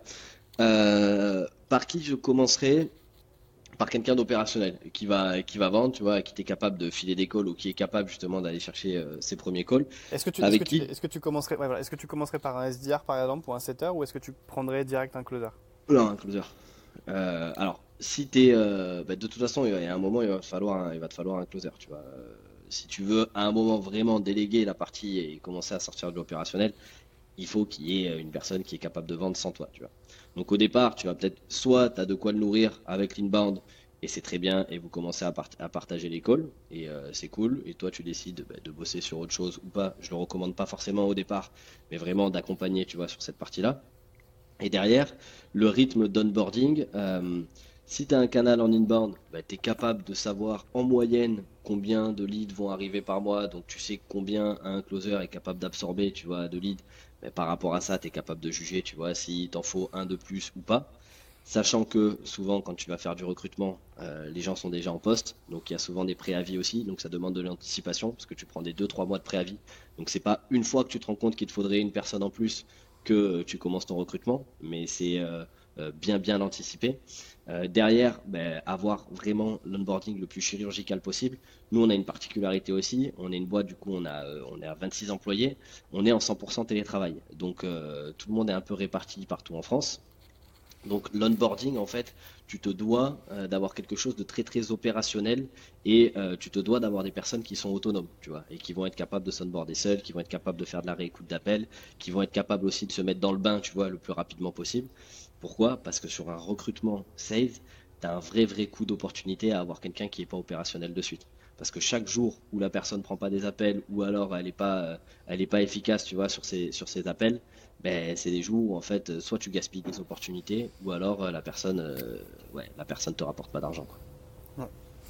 Euh, par qui je commencerai? Par quelqu'un d'opérationnel qui va, qui va vendre, tu vois, qui est capable de filer des calls ou qui est capable justement d'aller chercher euh, ses premiers calls. Est-ce que tu, est-ce que Avec tu, qui? est-ce que tu commencerais, ouais, voilà, est-ce que tu commencerais par un S D R par exemple ou un setter ou est-ce que tu prendrais direct un closer? Non, un closer. Euh, alors, si t'es, euh, bah, de toute façon, il y a un moment, il va te falloir un, il va te falloir un closer, tu vois. Euh, si tu veux, à un moment, vraiment déléguer la partie et commencer à sortir de l'opérationnel, il faut qu'il y ait une personne qui est capable de vendre sans toi, tu vois. Donc au départ, tu vas peut-être, soit tu as de quoi le nourrir avec l'inbound, et c'est très bien, et vous commencez à, part- à partager les calls, et euh, c'est cool, et toi tu décides bah, de bosser sur autre chose ou pas. Je le recommande pas forcément au départ, mais vraiment d'accompagner, tu vois, sur cette partie-là. Et derrière, le rythme d'onboarding, euh, si tu as un canal en inbound, bah, tu es capable de savoir en moyenne combien de leads vont arriver par mois. Donc tu sais combien un closer est capable d'absorber, tu vois, de leads. Mais par rapport à ça, tu es capable de juger, tu vois, s'il t'en faut un de plus ou pas. Sachant que souvent, quand tu vas faire du recrutement, euh, les gens sont déjà en poste. Donc il y a souvent des préavis aussi. Donc ça demande de l'anticipation parce que tu prends des deux trois mois de préavis. Donc c'est pas une fois que tu te rends compte qu'il te faudrait une personne en plus que tu commences ton recrutement, mais c'est euh, euh, bien bien anticipé. Euh, derrière, ben, avoir vraiment l'onboarding le plus chirurgical possible. Nous, on a une particularité aussi. On est une boîte, du coup, on a, euh, on est à vingt-six employés. On est en cent pour cent télétravail. Donc, euh, tout le monde est un peu réparti partout en France. Donc l'onboarding, en fait, tu te dois euh, d'avoir quelque chose de très très opérationnel et euh, tu te dois d'avoir des personnes qui sont autonomes, tu vois, et qui vont être capables de s'onboarder seules, qui vont être capables de faire de la réécoute d'appels, qui vont être capables aussi de se mettre dans le bain, tu vois, le plus rapidement possible. Pourquoi? Parce que sur un recrutement sales, tu as un vrai vrai coup d'opportunité à avoir quelqu'un qui n'est pas opérationnel de suite. Parce que chaque jour où la personne prend pas des appels ou alors elle n'est pas, euh, elle est pas efficace, tu vois, sur ses, sur ses appels, ben, c'est des jours où en fait, euh, soit tu gaspilles des opportunités, ou alors euh, la personne, euh, ouais, la personne te rapporte pas d'argent, quoi. Ouais.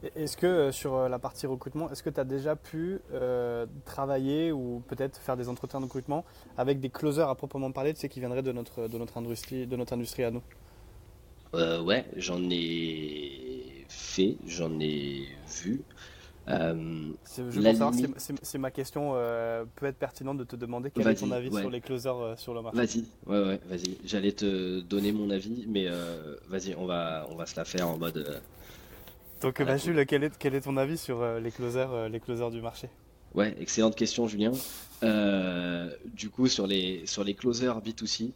Et Est-ce que euh, sur euh, la partie recrutement, est-ce que tu as déjà pu euh, travailler ou peut-être faire des entretiens de recrutement avec des closers à proprement parler, tu sais, qui viendraient de notre, de notre industrie, de notre industrie à nous? Euh, ouais, j'en ai fait, j'en ai vu. Euh, C'est juste la pour savoir si, limite, si- si ma question euh, peut être pertinente de te demander quel est ton vas-y, avis sur ouais, les closers euh, sur le marché. vas-y, ouais, ouais, vas-y. J'allais te donner mon avis, mais euh, vas-y, on va, on va se la faire en mode euh, Donc, à la bah, cool. Jules, quel est, quel est ton avis sur euh, les closers, euh, les closers du marché? Ouais, excellente question, Julien. Euh, du coup, sur les, sur les closers B deux C,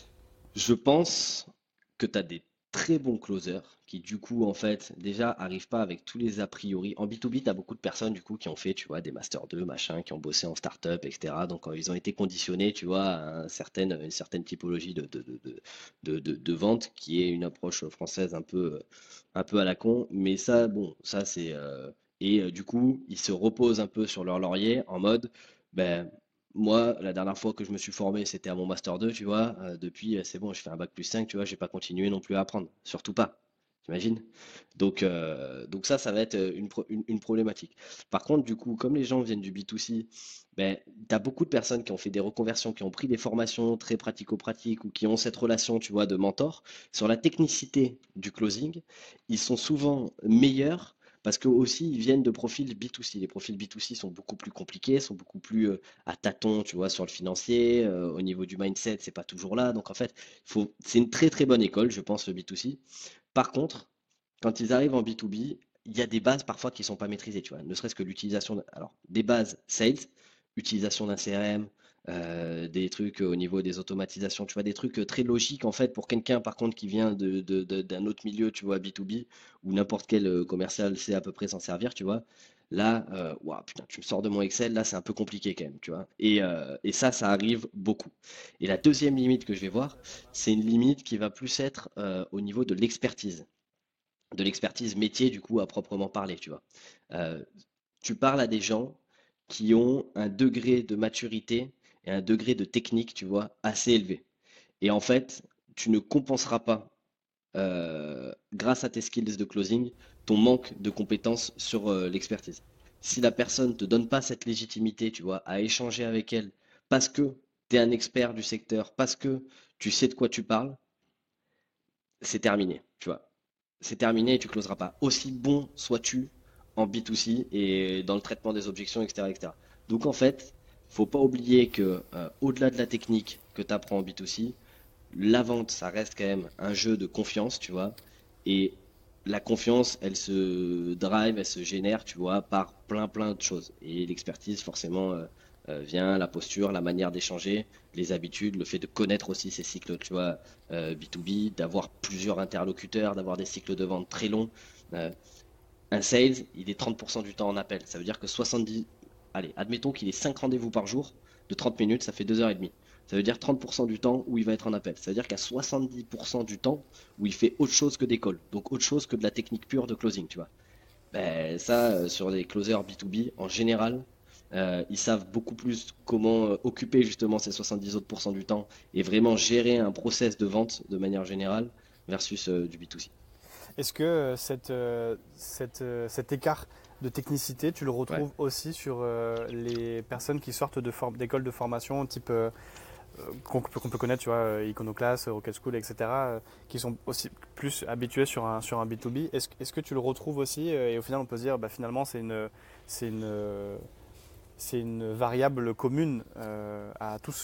je pense que tu as des très bons closers qui, du coup, en fait, déjà arrivent pas avec tous les a priori. En B deux B, tu as beaucoup de personnes, du coup, qui ont fait, tu vois, des Master deux, machin, qui ont bossé en start-up, et cetera. Donc, euh, ils ont été conditionnés, tu vois, à un certain- une certaine typologie de, de, de, de, de- de- de vente qui est une approche française un peu, euh, un peu à la con. Mais ça, bon, ça, c'est. euh, Et euh, du coup, ils se reposent un peu sur leur laurier en mode, ben, moi, la dernière fois que je me suis formé, c'était à mon Master deux, tu vois. Euh, depuis, euh, c'est bon, je fais un bac plus cinq, tu vois, j'ai pas continué non plus à apprendre. Surtout pas. T'imagines? Donc, euh, donc ça, ça va être euh, une, pro- une, une problématique. Par contre, du coup, comme les gens viennent du B deux C, ben, tu as beaucoup de personnes qui ont fait des reconversions, qui ont pris des formations très pratico-pratiques ou qui ont cette relation, tu vois, de mentor. Sur la technicité du closing, ils sont souvent meilleurs parce que aussi ils viennent de profils B deux C. Les profils B deux C sont beaucoup plus compliqués, sont beaucoup plus euh, à tâtons, tu vois, sur le financier. Euh, au niveau du mindset, c'est pas toujours là. Donc en fait, il faut, c'est une très très bonne école, je pense, le B deux C. Par contre, quand ils arrivent en B deux B, il y a des bases parfois qui ne sont pas maîtrisées, tu vois. Ne serait-ce que l'utilisation, de- alors des bases sales, utilisation d'un C R M, euh, des trucs au niveau des automatisations, tu vois, des trucs euh, très logiques en fait pour quelqu'un par contre qui vient de, de- de- d'un autre milieu, tu vois, B deux B, où n'importe quel euh, commercial sait à peu près s'en servir, tu vois. Là, euh, ouah, putain, tu me sors de mon Excel, là c'est un peu compliqué quand même, tu vois. Et, euh, et ça, ça arrive beaucoup. Et la deuxième limite que je vais voir, c'est une limite qui va plus être euh, au niveau de l'expertise de l'expertise métier, du coup, à proprement parler, tu vois. Euh, tu parles à des gens qui ont un degré de maturité et un degré de technique, tu vois, assez élevé. Et en fait, tu ne compenseras pas, euh, grâce à tes skills de closing, ton manque de compétences sur euh, l'expertise. Si la personne ne te donne pas cette légitimité, tu vois, à échanger avec elle, parce que tu es un expert du secteur, parce que tu sais de quoi tu parles, c'est terminé, tu vois. C'est terminé et tu closeras pas. Aussi bon sois-tu en B deux C et dans le traitement des objections, et cetera, et cetera. Donc en fait, faut pas oublier que euh, au-delà de la technique que tu apprends en B deux C, la vente, ça reste quand même un jeu de confiance, tu vois. Et la confiance, elle se drive, elle se génère, tu vois, par plein plein de choses. Et l'expertise, forcément, euh, euh, vient la posture, la manière d'échanger, les habitudes, le fait de connaître aussi ces cycles, tu vois, euh, B deux B, d'avoir plusieurs interlocuteurs, d'avoir des cycles de vente très longs. Euh, un sales, il est trente pour cent du temps en appel. Ça veut dire que soixante-dix, allez, admettons qu'il ait cinq rendez-vous par jour de trente minutes, ça fait deux heures trente. Ça veut dire trente pour cent du temps où il va être en appel. Ça veut dire qu'à soixante-dix pour cent du temps où il fait autre chose que des calls. Donc autre chose que de la technique pure de closing, tu vois. Ben, ça, euh, sur les closers B deux B, en général, euh, ils savent beaucoup plus comment euh, occuper justement ces soixante-dix autres pourcents du temps et vraiment gérer un process de vente de manière générale versus euh, du B deux C. Est-ce que euh, cette, euh, cette, euh, cet écart de technicité, tu le Ouais. retrouves aussi sur euh, les personnes qui sortent de form- d'écoles de formation type euh, euh, qu'on peut, qu'on peut connaître, tu vois, euh, Iconoclast, Rocket School, et cetera, euh, qui sont aussi plus habitués sur un, sur un B deux B. Est-ce, est-ce que tu le retrouves aussi euh, et au final on peut se dire, bah, finalement c'est une, c'est une, euh, c'est une variable commune euh, à tous.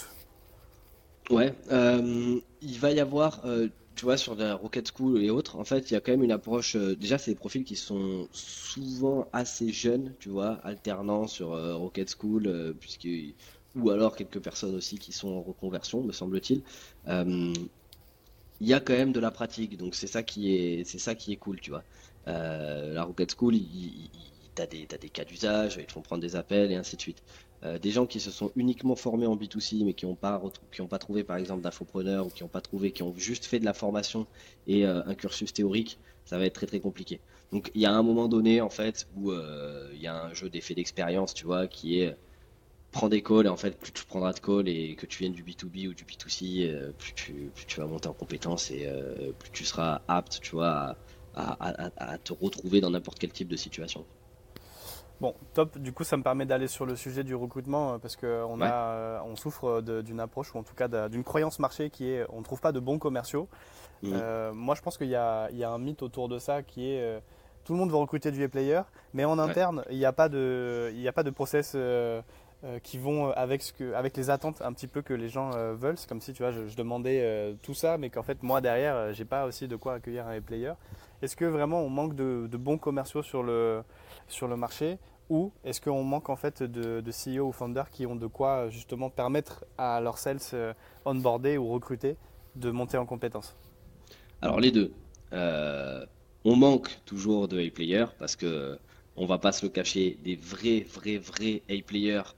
Ouais, euh, il va y avoir, euh, tu vois, sur la Rocket School et autres, en fait, il y a quand même une approche. Euh, déjà, c'est des profils qui sont souvent assez jeunes, tu vois, alternant sur euh, Rocket School, euh, puisque, ou alors quelques personnes aussi qui sont en reconversion, me semble-t-il. Euh, il y a quand même de la pratique, donc c'est ça qui est, c'est ça qui est cool, tu vois. Euh, la Rocket School, il, il- il- t'as des, t'as des cas d'usage, ils te font prendre des appels et ainsi de suite. Euh, des gens qui se sont uniquement formés en B deux C, mais qui n'ont pas, retrou- qui ont pas trouvé, par exemple, d'infopreneur ou qui n'ont pas trouvé, qui ont juste fait de la formation et euh, un cursus théorique, ça va être très très compliqué. Donc il y a un moment donné, en fait, où euh, il y a un jeu d'effet d'expérience, tu vois, qui est prends des calls et en fait plus tu prendras de calls et que tu viennes du B deux B ou du B deux C, euh, plus tu, plus tu vas monter en compétence et euh, plus tu seras apte, tu vois, à, à, à- à te retrouver dans n'importe quel type de situation. Bon, top. Du coup, ça me permet d'aller sur le sujet du recrutement euh, parce qu'on a, Ouais. euh, on souffre de- d'une approche ou en tout cas d'un- d'une croyance marché qui est on ne trouve pas de bons commerciaux. Mhm. Euh, moi, je pense qu'il y a, il y a un mythe autour de ça qui est euh, tout le monde veut recruter du player, mais en Ouais. interne, il n'y a pas de, il n'y a pas de process euh, euh, qui vont avec, ce que, avec les attentes un petit peu que les gens euh, veulent. C'est comme si tu vois, je, je demandais euh, tout ça, mais qu'en fait, moi derrière, euh, j'ai pas aussi de quoi accueillir un player. Est-ce que vraiment on manque de, de bons commerciaux sur le, sur le marché? Ou est-ce qu'on manque en fait de, de C E O ou founders qui ont de quoi justement permettre à leurs sales euh, onboarder ou recruter de monter en compétences? Alors les deux. Euh, on manque toujours de A-players parce que on va pas se le cacher, des vrais, vrais, vrais A-players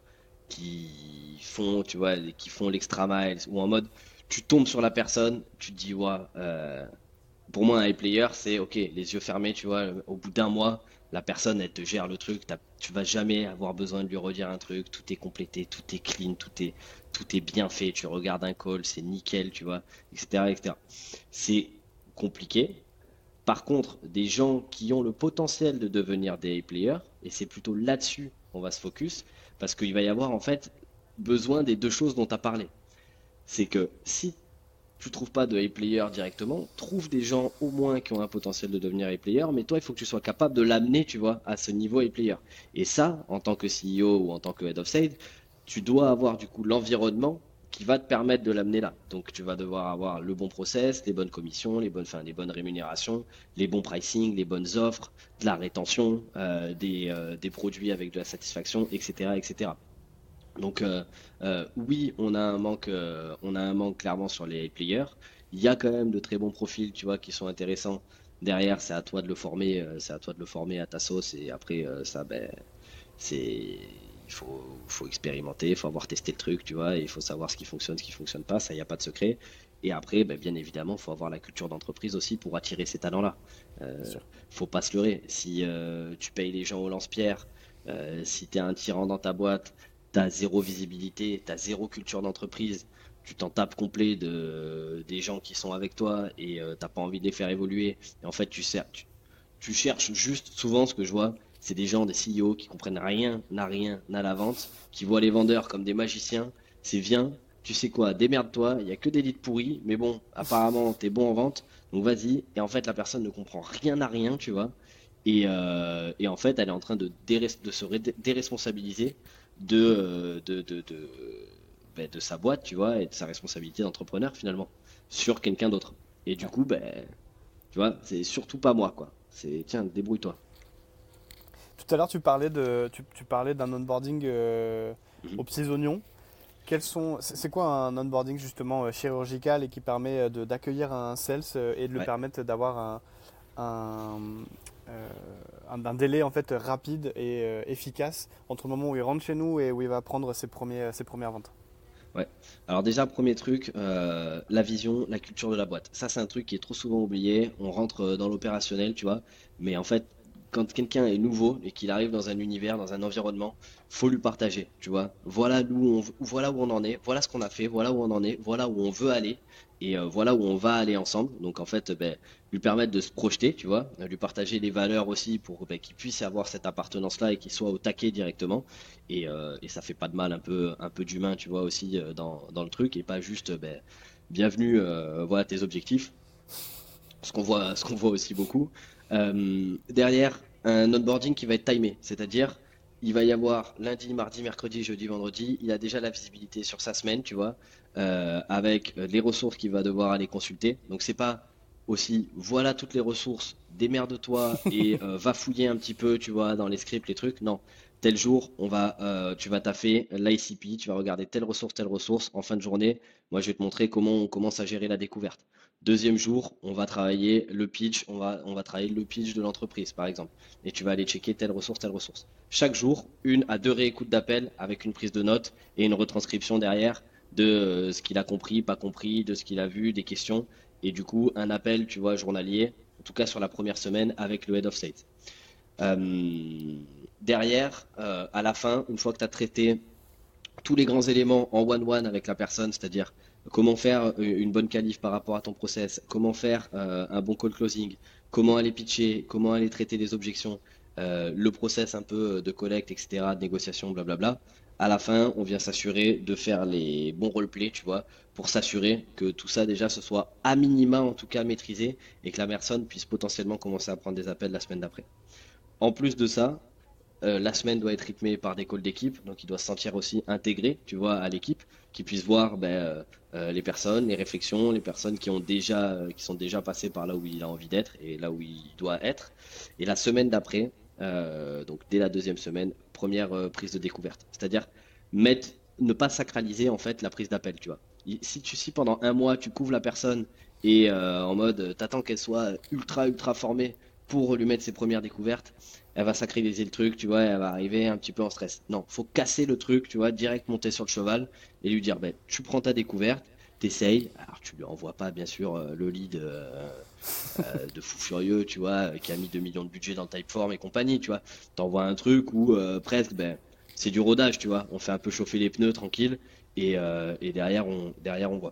qui font, tu vois, qui font l'extra miles ou en mode, tu tombes sur la personne, tu te dis, ouais, euh, pour moi, un A-player, c'est ok, les yeux fermés, tu vois, au bout d'un mois, la personne, elle te gère le truc, t'as- tu vas jamais avoir besoin de lui redire un truc, tout est complété, tout est clean, tout est, tout est bien fait, tu regardes un call, c'est nickel, tu vois, et cetera, et cetera. C'est compliqué. Par contre, des gens qui ont le potentiel de devenir des A-players, et c'est plutôt là-dessus qu'on va se focus, parce qu'il va y avoir en fait besoin des deux choses dont tu as parlé. C'est que si tu trouves pas de A-player directement, trouve des gens au moins qui ont un potentiel de devenir A-player, mais toi, il faut que tu sois capable de l'amener, tu vois, à ce niveau A-player. Et ça, en tant que C E O ou en tant que Head of Sales, tu dois avoir du coup l'environnement qui va te permettre de l'amener là. Donc, tu vas devoir avoir le bon process, les bonnes commissions, les bonnes, enfin, les bonnes rémunérations, les bons pricing, les bonnes offres, de la rétention, euh, des, euh, des produits avec de la satisfaction, et cetera, et cetera. Donc euh, euh, oui, on a un manque, euh, on a un manque clairement sur les players. Il y a quand même de très bons profils, tu vois, qui sont intéressants. Derrière, c'est à toi de le former, euh, c'est à toi de le former à ta sauce. Et après, euh, ça, ben, c'est, il faut, faut expérimenter, il faut avoir testé le truc, tu vois, et il faut savoir ce qui fonctionne, ce qui fonctionne pas. Ça, il n'y a pas de secret. Et après, ben, bien évidemment, il faut avoir la culture d'entreprise aussi pour attirer ces talents-là. Bien Euh, sûr. faut pas se leurrer. Si euh, tu payes les gens au lance-pierre, euh, si tu es un tyran dans ta boîte, t'as zéro visibilité, t'as zéro culture d'entreprise, tu t'en tapes complet de, des gens qui sont avec toi et euh, t'as pas envie de les faire évoluer. Et en fait, tu, cer- tu, tu cherches juste, souvent ce que je vois, c'est des gens, des C E O qui comprennent rien, n'a rien, n'a la vente, qui voient les vendeurs comme des magiciens. C'est viens, tu sais quoi, démerde-toi, il y a que des leads pourris, mais bon, apparemment, t'es bon en vente, donc vas-y. Et en fait, la personne ne comprend rien à rien, tu vois. Et, euh, et en fait, elle est en train de, déré- de se ré- déresponsabiliser de, euh, de, de, de, ben, de sa boîte, tu vois, et de sa responsabilité d'entrepreneur finalement, sur quelqu'un d'autre. Et du Ouais. coup, ben, tu vois, c'est surtout pas moi, quoi. C'est, tiens, débrouille-toi. Tout à l'heure, tu parlais de, tu, tu parlais d'un onboarding euh, Mhm. aux petits oignons. Quels sont, c'est c'est quoi un onboarding justement euh, chirurgical et qui permet euh, de- d'accueillir un sales euh, et de le Ouais. permettre d'avoir un, un, euh, un- un délai en fait rapide et euh, efficace entre le moment où il rentre chez nous et où il va prendre ses premiers, ses premières ventes. Ouais. Alors déjà, premier truc, euh, la vision, la culture de la boîte. Ça, c'est un truc qui est trop souvent oublié. On rentre euh, dans l'opérationnel, tu vois. Mais en fait, quand quelqu'un est nouveau et qu'il arrive dans un univers, dans un environnement, faut lui partager, tu vois. Voilà où on, voilà où on en est, voilà ce qu'on a fait, voilà où on en est, voilà où on veut aller et euh, voilà où on va aller ensemble. Donc en fait, ben, lui permettre de se projeter, tu vois, lui partager les valeurs aussi pour ben, qu'il puisse avoir cette appartenance-là et qu'il soit au taquet directement. Et, euh, et ça fait pas de mal un peu, un peu d'humain, tu vois, aussi euh, dans, dans le truc et pas juste, ben, bienvenue, euh, voilà tes objectifs, ce qu'on voit, ce qu'on voit aussi beaucoup. Euh, derrière, un onboarding qui va être timé, c'est-à-dire, il va y avoir lundi, mardi, mercredi, jeudi, vendredi, il a déjà la visibilité sur sa semaine, tu vois, euh, avec euh, les ressources qu'il va devoir aller consulter. Donc c'est pas aussi, voilà toutes les ressources, démerde-toi et euh, va fouiller un petit peu, tu vois, dans les scripts, les trucs. Non, tel jour, on va, euh, tu vas taffer l'I C P, tu vas regarder telle ressource, telle ressource. En fin de journée, moi, je vais te montrer comment on commence à gérer la découverte. Deuxième jour, on va travailler le pitch, on va, on va travailler le pitch de l'entreprise, par exemple. Et tu vas aller checker telle ressource, telle ressource. Chaque jour, une à deux réécoutes d'appel avec une prise de notes et une retranscription derrière de euh, ce qu'il a compris, pas compris, de ce qu'il a vu, des questions. Et du coup, un appel, tu vois, journalier, en tout cas sur la première semaine, avec le Head of State. Euh, derrière, euh, à la fin, une fois que tu as traité tous les grands éléments en one-one avec la personne, c'est-à-dire comment faire une bonne qualif par rapport à ton process, comment faire euh, un bon call closing, comment aller pitcher, comment aller traiter les objections, euh, le process un peu de collecte, et cetera, de négociation, blablabla. À la fin, on vient s'assurer de faire les bons roleplays, tu vois, pour s'assurer que tout ça déjà se soit à minima en tout cas maîtrisé et que la personne puisse potentiellement commencer à prendre des appels la semaine d'après. En plus de ça, euh, la semaine doit être rythmée par des calls d'équipe, donc il doit se sentir aussi intégré, tu vois, à l'équipe, qui puisse voir ben, euh, euh, les personnes, les réflexions, les personnes qui ont déjà, euh, qui sont déjà passées par là où il a envie d'être et là où il doit être. Et la semaine d'après, euh, donc dès la deuxième semaine, première euh, prise de découverte. C'est-à-dire mettre, ne pas sacraliser en fait la prise d'appel, tu vois. Il- Si tu si pendant un mois tu couvres la personne et euh, en mode euh, t'attends qu'elle soit ultra ultra formée pour lui mettre ses premières découvertes, elle va sacraliser le truc, tu vois, elle va arriver un petit peu en stress. Non, faut casser le truc, tu vois, direct monter sur le cheval et lui dire, ben, tu prends ta découverte, t'essayes. Alors, tu lui envoies pas, bien sûr, euh, le lead euh, euh, de fou furieux, tu vois, euh, qui a mis deux millions de budget dans le Typeform et compagnie, tu vois. T'envoies un truc où euh, presque, ben, c'est du rodage, tu vois. On fait un peu chauffer les pneus tranquille et, euh, et derrière, on, derrière, on voit.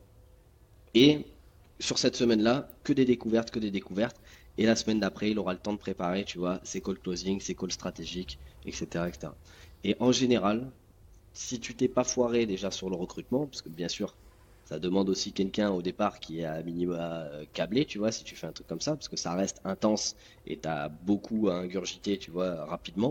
Et sur cette semaine-là, que des découvertes, que des découvertes. Et la semaine d'après, il aura le temps de préparer, tu vois, ses calls closing, ses calls stratégiques, et cetera, et cetera. Et en général, si tu t'es pas foiré déjà sur le recrutement, parce que bien sûr, ça demande aussi quelqu'un au départ qui est à minima euh, câblé, tu vois, si tu fais un truc comme ça, parce que ça reste intense et tu as beaucoup à ingurgiter, tu vois, rapidement,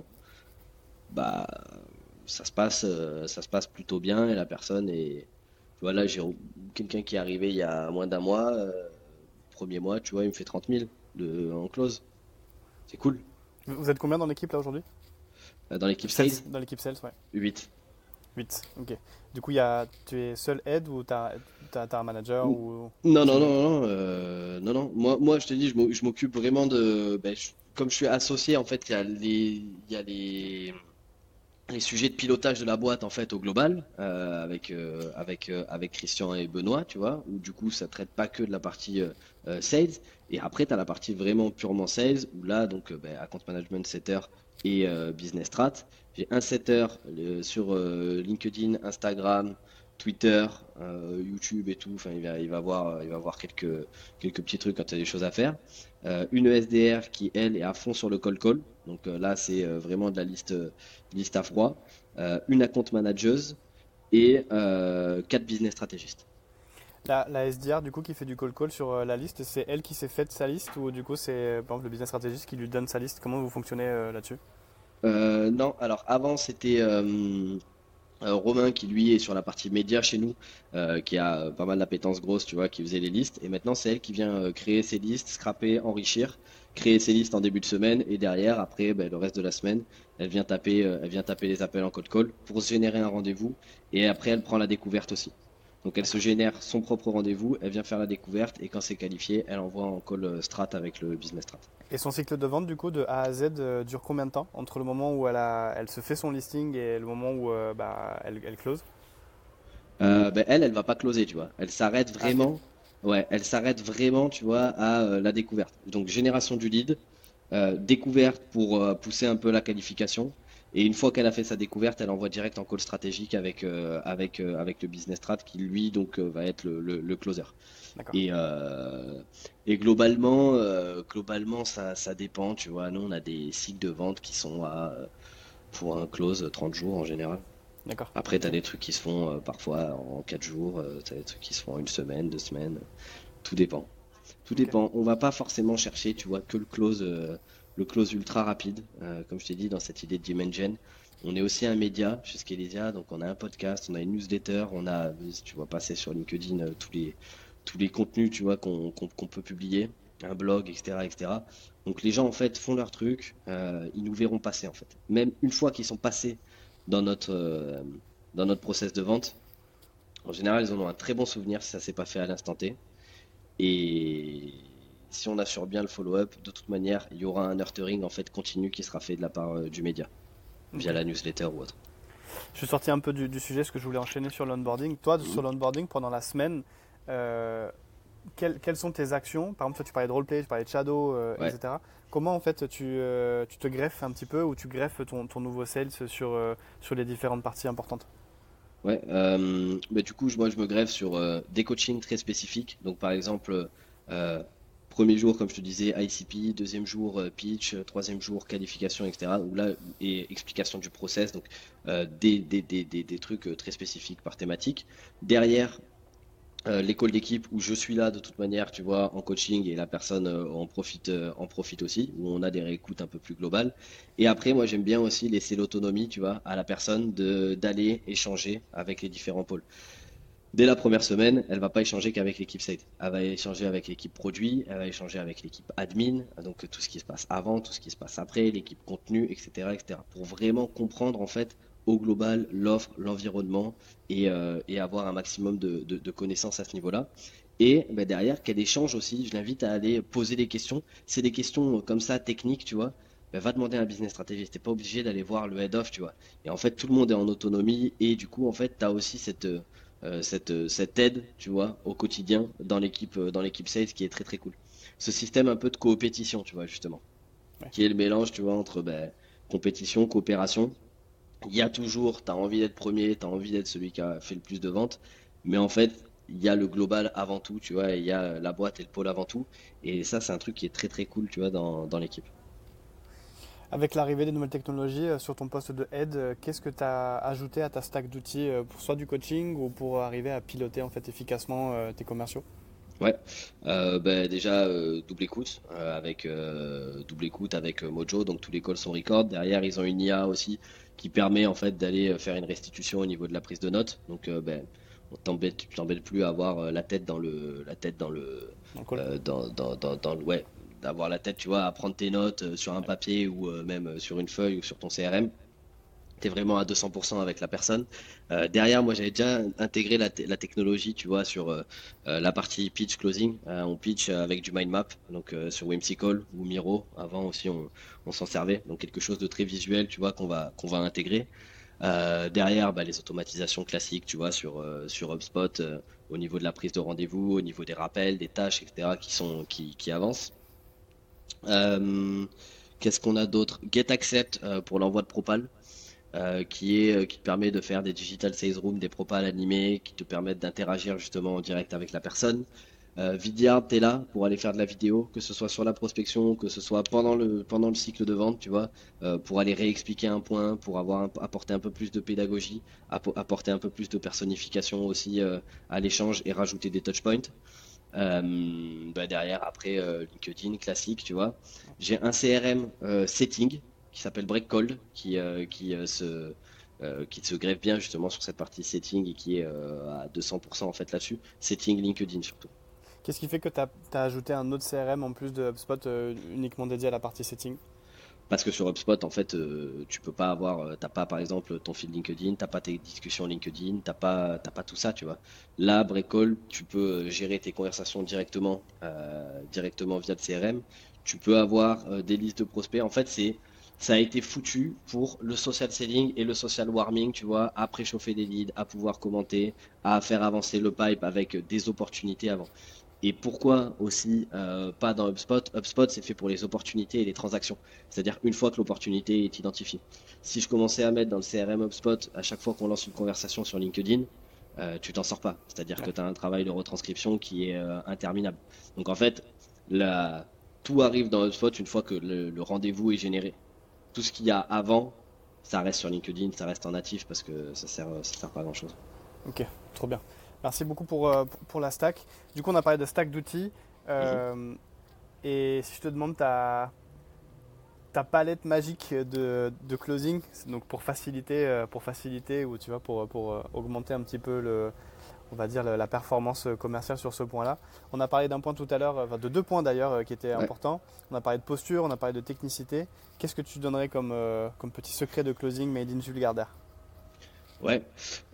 bah ça se passe, euh, ça se passe plutôt bien et la personne est. Tu vois, là, j'ai quelqu'un qui est arrivé il y a moins d'un mois, euh, premier mois, tu vois, il me fait trente mille de, en close. C'est cool. Vous êtes combien dans l'équipe là aujourd'hui? Euh, Dans l'équipe Sales, sales, dans l'équipe sales, ouais. huit. Huit. Ok. Du coup, il y a, tu es seul aide ou t'as, t'as, t'as un manager ou Non, non, tu... non, non, euh, non, non. Moi, moi, je te dis, je m'o- je m'occupe vraiment de. Ben, je- comme je suis associé, en fait, il y a les, il y a les, les sujets de pilotage de la boîte, en fait, au global, euh, avec, euh, avec, euh, avec Christian et Benoît, tu vois, où du coup, ça traite pas que de la partie euh, euh, sales. Et après, tu as la partie vraiment purement sales, où là, donc, euh, ben, account management, setter et euh, business strat. J'ai un setter euh, sur euh, LinkedIn, Instagram, Twitter, euh, YouTube et tout. Enfin, il va, il va voir, il va voir quelques, quelques petits trucs quand il y a des choses à faire. Euh, une E S D R qui, elle, est à fond sur le call call. Donc euh, là, c'est euh, vraiment de la liste, euh, liste à froid. Euh, une account manageuse et euh, quatre business stratégistes. La, la S D R du coup qui fait du call call sur euh, la liste, c'est elle qui s'est faite sa liste ou du coup c'est euh, par exemple le business stratégiste qui lui donne sa liste? Comment vous fonctionnez euh, là-dessus? Euh, non, alors avant, c'était euh, euh, Romain qui lui est sur la partie média chez nous, euh, qui a euh, pas mal d'appétence grosse, tu vois, qui faisait les listes. Et maintenant, c'est elle qui vient euh, créer ses listes, scraper, enrichir, créer ses listes en début de semaine. Et derrière, après, ben, le reste de la semaine, elle vient taper, euh, elle vient taper les appels en cold call pour se générer un rendez-vous. Et après, elle prend la découverte aussi. Donc, elle se D'accord. génère son propre rendez-vous, elle vient faire la découverte. Et quand c'est qualifié, elle envoie en call euh, strat avec le business strat. Et son cycle de vente du coup de A à Z euh, dure combien de temps entre le moment où elle, a, elle se fait son listing et le moment où euh, bah, elle, elle close? Euh, ben, elle, elle va pas closer, tu vois. Elle s'arrête Ah ok, vraiment, ouais, elle s'arrête vraiment, tu vois, à euh, la découverte. Donc, génération du lead, euh, découverte pour euh, pousser un peu la qualification. Et une fois qu'elle a fait sa découverte, elle envoie direct en call stratégique avec, euh, avec, euh, avec le business strat qui, lui, donc, euh, va être le, le, le closer. d'accord. Et, euh, et globalement, euh, globalement ça, ça dépend, tu vois. Nous, on a des cycles de vente qui sont à, euh, pour un close, trente jours en général. D'accord, Après, tu as ok. des trucs qui se font euh, parfois en quatre jours, euh, tu as des trucs qui se font en une semaine, deux semaines, tout dépend. Tout Ok. dépend. On va pas forcément chercher, tu vois, que le close, euh, le close ultra rapide. Euh, comme je t'ai dit, dans cette idée de Dimension, on est aussi un média chez Skelesia, donc on a un podcast, on a une newsletter, on a, tu vois, passer sur LinkedIn euh, tous les, tous les contenus, tu vois, qu'on qu'on, qu'on peut publier, un blog, et cetera, et cetera. Donc les gens, en fait, font leur truc, euh, ils nous verront passer, en fait. Même une fois qu'ils sont passés dans notre, euh, dans notre process de vente, en général, ils en ont un très bon souvenir si ça s'est pas fait à l'instant T. Et si on assure bien le follow-up, de toute manière, il y aura un nurturing en fait continu qui sera fait de la part euh, du média, via Ok. la newsletter ou autre. Je suis sorti un peu du, du sujet parce que je voulais enchaîner sur l'onboarding. Toi, Mhm. sur l'onboarding, pendant la semaine, euh, quelles, quelles sont tes actions? Par exemple, toi, tu parlais de roleplay, tu parlais de shadow, euh, Ouais, et cetera. Comment en fait tu, euh, tu te greffes un petit peu ou tu greffes ton, ton nouveau sales sur, euh, sur les différentes parties importantes? ouais. Euh, bah, du coup, je- moi, je me greffe sur euh, des coachings très spécifiques. Donc, par exemple, euh, Premier jour, comme je te disais, I C P, deuxième jour, euh, pitch, euh, troisième jour, qualification, et cetera. Où là, et explication du process, donc euh, des, des, des, des, des trucs euh, très spécifiques par thématique. Derrière, euh, l'école d'équipe où je suis là de toute manière, tu vois, en coaching et la personne euh, en profite, euh, en profite aussi, où on a des réécoutes un peu plus globales. Et après, moi, j'aime bien aussi laisser l'autonomie, tu vois, à la personne de d'aller échanger avec les différents pôles. Dès la première semaine, elle va pas échanger qu'avec l'équipe sales. Elle va échanger avec l'équipe produit, elle va échanger avec l'équipe admin, donc tout ce qui se passe avant, tout ce qui se passe après, l'équipe contenu, et cetera, et cetera. Pour vraiment comprendre en fait au global l'offre, l'environnement et, euh, et avoir un maximum de, de- de connaissances à ce niveau-là. Et ben, derrière, qu'elle échange aussi, je l'invite à aller poser des questions. C'est des questions euh, comme ça, techniques, tu vois. Ben, va demander à un business stratégiste. T'es pas obligé d'aller voir le head of, tu vois. Et en fait, tout le monde est en autonomie et du coup, en fait, tu as aussi cette, euh, euh, cette, euh, cette aide, tu vois, au quotidien dans l'équipe euh, dans l'équipe sales qui est très très cool. Ce système un peu de coopétition, tu vois, justement, Ouais. qui est le mélange, tu vois, entre ben, compétition, coopération. Il y a toujours, tu as envie d'être premier, tu as envie d'être celui qui a fait le plus de ventes, mais en fait, il y a le global avant tout, tu vois, et il y a la boîte et le pôle avant tout. Et ça, c'est un truc qui est très très cool, tu vois, dans, dans l'équipe. Avec l'arrivée des nouvelles technologies euh, sur ton poste de head, euh, qu'est-ce que tu as ajouté à ta stack d'outils euh, pour soit du coaching ou pour arriver à piloter en fait efficacement euh, tes commerciaux? Ouais, euh, ben, déjà euh, double écoute euh, avec euh, double écoute avec euh, Mojo, donc tous les calls sont record. Derrière, ils ont une I A aussi qui permet en fait d'aller euh, faire une restitution au niveau de la prise de notes. Donc euh, ben on t'embête, tu t'embêtes plus à avoir euh, la tête dans le la tête dans le Dans le call. euh, dans, dans, dans, dans le ouais, d'avoir la tête, tu vois, à prendre tes notes euh, sur un Ouais. papier ou euh, même euh, sur une feuille ou sur ton C R M. T'es vraiment à deux cents pour cent avec la personne. Euh, derrière, moi, j'avais déjà intégré la, te- la technologie, tu vois, sur euh, euh, la partie pitch closing. Euh, on pitch euh, avec du mind map, donc euh, sur Whimsical ou Miro. Avant aussi, on, on s'en servait. Donc quelque chose de très visuel, tu vois, qu'on va qu'on va intégrer. Euh, derrière, bah, les automatisations classiques, tu vois, sur euh, sur HubSpot, euh, au niveau de la prise de rendez-vous, au niveau des rappels, des tâches, et cetera, qui sont qui qui avancent. Euh, Qu'est-ce qu'on a d'autre? GetAccept euh, pour l'envoi de propal euh, qui est, euh, qui te permet de faire des digital sales rooms, des propals animés, qui te permettent d'interagir justement en direct avec la personne. Euh, Vidyard, t'es là pour aller faire de la vidéo, que ce soit sur la prospection, que ce soit pendant le, pendant le cycle de vente, tu vois, euh, pour aller réexpliquer un point, pour avoir un- apporter un peu plus de pédagogie, appo- apporter un peu plus de personnification aussi euh, à l'échange et rajouter des touchpoints. Euh, bah derrière, après euh, LinkedIn classique, tu vois. J'ai un C R M euh, setting qui s'appelle Breakcall, qui, euh, qui, euh, se, euh, qui se greffe bien justement sur cette partie setting et qui est euh, à deux cents pour cent en fait là-dessus. Setting LinkedIn surtout. Qu'est-ce qui fait que tu as, ajouté un autre C R M en plus de HubSpot euh, uniquement dédié à la partie setting? Parce que sur HubSpot, en fait, euh, tu peux pas avoir, euh, t'as pas par exemple ton feed LinkedIn, t'as pas tes discussions LinkedIn, t'as pas, t'as pas tout ça, tu vois. Là, Breakcall, tu peux euh, gérer tes conversations directement, euh, directement via le C R M. Tu peux avoir euh, des listes de prospects. En fait, c'est, ça a été foutu pour le social selling et le social warming, tu vois, à préchauffer des leads, à pouvoir commenter, à faire avancer le pipe avec des opportunités avant. Et pourquoi aussi euh, pas dans HubSpot? HubSpot, c'est fait pour les opportunités et les transactions. C'est-à-dire une fois que l'opportunité est identifiée. Si je commençais à mettre dans le C R M HubSpot à chaque fois qu'on lance une conversation sur LinkedIn, euh, tu t'en sors pas. C'est-à-dire que Ouais. tu as un travail de retranscription qui est euh, interminable. Donc en fait, la... tout arrive dans HubSpot une fois que le, le rendez-vous est généré. Tout ce qu'il y a avant, ça reste sur LinkedIn, ça reste en natif parce que ça sert, ça sert pas à grand-chose. Ok, trop bien. Merci beaucoup pour, euh, pour, pour la stack. Du coup, on a parlé de stack d'outils. Mhm. Euh, et si je te demande ta, ta palette magique de, de closing, donc pour faciliter, euh, pour faciliter ou tu vois, pour, pour euh, augmenter un petit peu le, on va dire la, la performance commerciale sur ce point-là. On a parlé d'un point tout à l'heure, enfin de deux points d'ailleurs euh, qui étaient Ouais. importants. On a parlé de posture, on a parlé de technicité. Qu'est-ce que tu donnerais comme, euh, comme petit secret de closing made in Jules Gardère? Ouais.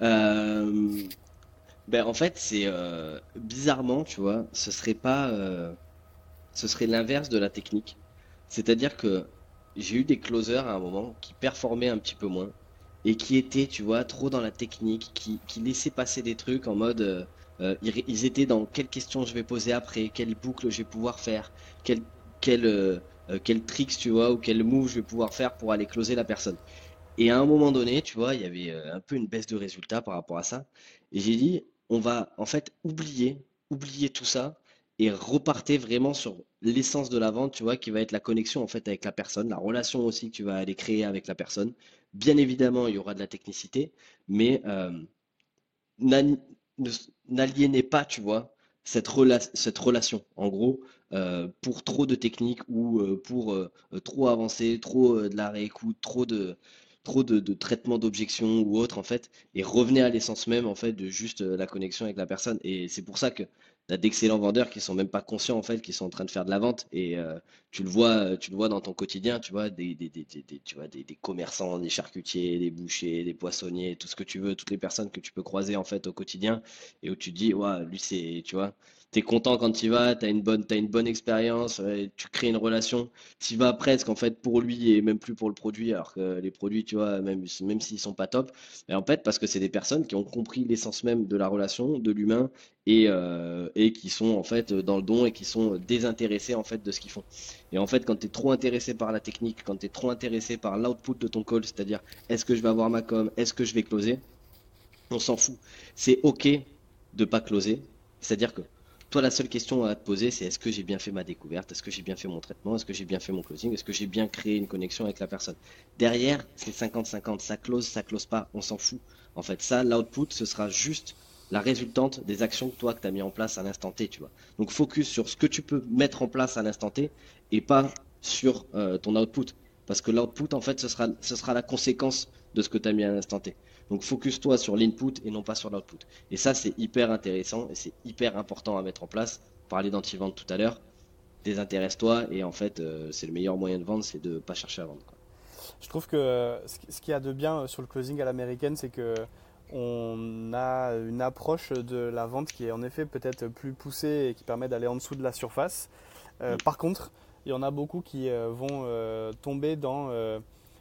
Euh, Ben, en fait, c'est euh, bizarrement, tu vois, ce serait pas, euh, ce serait l'inverse de la technique. C'est-à-dire que j'ai eu des closers à un moment qui performaient un petit peu moins et qui étaient, tu vois, trop dans la technique, qui, qui laissaient passer des trucs en mode, euh, euh, ils, ils étaient dans quelle question je vais poser après, quelle boucle je vais pouvoir faire, quel, quel, euh, euh, quel tricks, tu vois, ou quel move je vais pouvoir faire pour aller closer la personne. Et à un moment donné, tu vois, il y avait euh, un peu une baisse de résultats par rapport à ça. Et j'ai dit, on va en fait oublier, oublier tout ça et repartez vraiment sur l'essence de la vente, tu vois, qui va être la connexion en fait avec la personne, la relation aussi que tu vas aller créer avec la personne. Bien évidemment, il y aura de la technicité, mais euh, n'an- ne- n'aliénez pas, tu vois, cette, rela- cette relation. En gros, euh, pour trop de techniques ou euh, pour euh, euh, trop avancer, trop euh, de la réécoute, trop de, trop de, de traitement d'objections ou autre, en fait, et revenez à l'essence même, en fait, de juste euh, la connexion avec la personne. Et c'est pour ça que tu as d'excellents vendeurs qui sont même pas conscients, en fait, qui sont en train de faire de la vente. Et euh, tu le vois, euh, tu le vois dans ton quotidien, tu vois, des, des, des, des- des- tu vois, des, des commerçants, des charcutiers, des bouchers, des poissonniers, tout ce que tu veux, toutes les personnes que tu peux croiser en fait au quotidien et où tu te dis, ouais, lui c'est, tu vois, t'es content quand tu y vas, t'as une bonne, t'as une bonne expérience, ouais, tu crées une relation, tu y vas presque en fait pour lui et même plus pour le produit, alors que les produits, tu vois, même, même s'ils sont pas top, mais en fait parce que c'est des personnes qui ont compris l'essence même de la relation, de l'humain et, euh, et qui sont en fait dans le don et qui sont désintéressés en fait de ce qu'ils font. Et en fait, quand tu es trop intéressé par la technique, quand tu es trop intéressé par l'output de ton call, c'est-à-dire est-ce que je vais avoir ma com, est-ce que je vais closer, on s'en fout. C'est OK de pas closer. C'est-à-dire que toi, la seule question à te poser, c'est est-ce que j'ai bien fait ma découverte? Est-ce que j'ai bien fait mon traitement? Est-ce que j'ai bien fait mon closing? Est-ce que j'ai bien créé une connexion avec la personne? Derrière, c'est cinquante cinquante. Ça close, ça close pas. On s'en fout. En fait, ça, l'output, ce sera juste la résultante des actions que toi, que tu as mis en place à l'instant T, tu vois. Donc, focus sur ce que tu peux mettre en place à l'instant T et pas sur euh, ton output. Parce que l'output, en fait, ce sera, ce sera la conséquence de ce que tu as mis à l'instant T. Donc focus-toi sur l'input et non pas sur l'output. Et ça, c'est hyper intéressant et c'est hyper important à mettre en place. On parlait d'anti-vente tout à l'heure. Désintéresse-toi et en fait, euh, c'est le meilleur moyen de vendre, c'est de ne pas chercher à vendre, quoi. Je trouve que euh, ce qui- ce qu'il y a de bien euh, sur le closing à l'américaine, c'est que on a une approche de la vente qui est en effet peut-être plus poussée et qui permet d'aller en dessous de la surface. Euh, Mm. par contre, il y en a beaucoup qui euh, vont euh, tomber dans euh,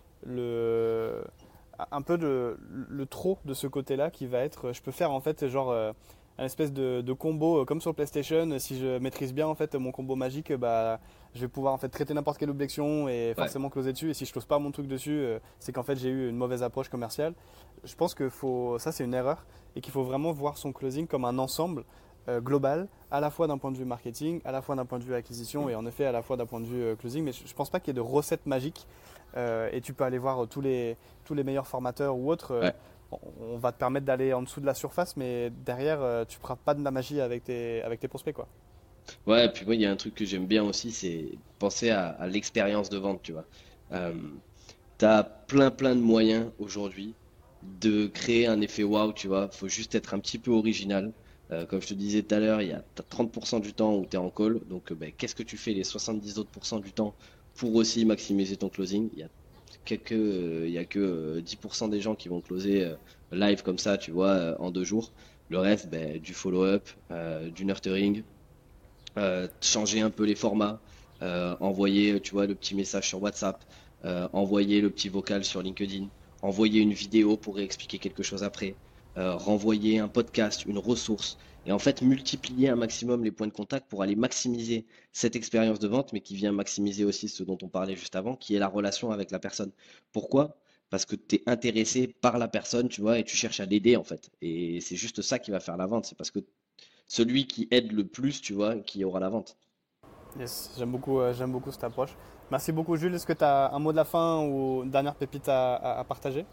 le un peu de, le trop de ce côté-là qui va être, je peux faire en fait genre euh, un espèce de, de combo euh, comme sur PlayStation. Si je maîtrise bien en fait mon combo magique, bah je vais pouvoir en fait traiter n'importe quelle objection et Ouais, forcément closer dessus. Et si je close pas mon truc dessus, euh, c'est qu'en fait j'ai eu une mauvaise approche commerciale. Je pense que faut, ça c'est une erreur et qu'il faut vraiment voir son closing comme un ensemble euh, global, à la fois d'un point de vue marketing, à la fois d'un point de vue acquisition mm. et en effet à la fois d'un point de vue euh, closing. Mais je, je pense pas qu'il y ait de recette magique. Euh, et tu peux aller voir tous les, tous les meilleurs formateurs ou autres. euh, Ouais. on, on va te permettre d'aller en dessous de la surface, mais derrière, euh, tu ne feras pas de la magie avec tes, avec tes prospects, quoi. Ouais, et puis moi, il y a un truc que j'aime bien aussi, c'est penser à, à l'expérience de vente, tu vois. Euh, tu as plein plein de moyens aujourd'hui de créer un effet waouh, tu vois. Faut juste être un petit peu original. Euh, comme je te disais tout à l'heure, il y a t'as trente pour cent du temps où tu es en call. Donc, euh, ben, qu'est-ce que tu fais les soixante-dix autres pourcents du temps pour aussi maximiser ton closing? Il y a quelques, euh, il y a que euh, dix pour cent des gens qui vont closer euh, live comme ça, tu vois, euh, en deux jours. Le reste, ben, du follow-up, euh, du nurturing, euh, changer un peu les formats, euh, envoyer, tu vois, le petit message sur WhatsApp, euh, envoyer le petit vocal sur LinkedIn, envoyer une vidéo pour expliquer quelque chose après, euh, renvoyer un podcast, une ressource, et en fait multiplier un maximum les points de contact pour aller maximiser cette expérience de vente, mais qui vient maximiser aussi ce dont on parlait juste avant, qui est la relation avec la personne. Pourquoi? Parce que tu es intéressé par la personne, tu vois, et tu cherches à l'aider en fait. Et c'est juste ça qui va faire la vente, c'est parce que celui qui aide le plus, tu vois, qui aura la vente. Yes, j'aime beaucoup, euh, j'aime beaucoup cette approche. Merci beaucoup, Jules. Est-ce que tu as un mot de la fin ou une dernière pépite à, à- à partager?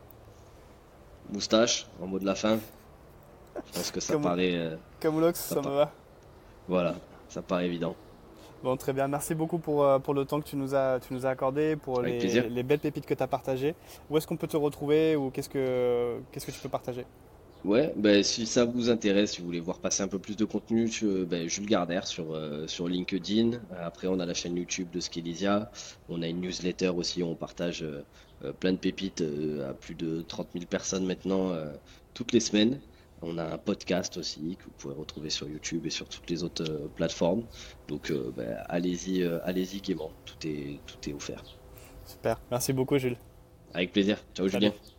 Moustache, en mot de la fin, je pense que ça Comme, paraît, euh, Camoulox, ça ça me pa- va. voilà, ça paraît évident. Bon, très bien. Merci beaucoup pour, euh, pour le temps que tu nous as, tu nous as accordé, pour Avec plaisir. les, les belles pépites que tu as partagées. Où est-ce qu'on peut te retrouver ou qu'est-ce que, qu'est-ce que tu peux partager? Ouais, ben, si ça vous intéresse, si vous voulez voir passer un peu plus de contenu, je, ben, Jules Gardère sur, euh, sur LinkedIn. Euh, Après, on a la chaîne YouTube de Skillisia. On a une newsletter aussi où on partage euh, euh, plein de pépites euh, à plus de trente mille personnes maintenant euh, toutes les semaines. On a un podcast aussi que vous pouvez retrouver sur YouTube et sur toutes les autres euh, plateformes. Donc, euh, ben, allez-y, euh, allez-y gaiement. Tout est, tout est offert. Super. Merci beaucoup, Jules. Avec plaisir. Ciao, Salut. Julien.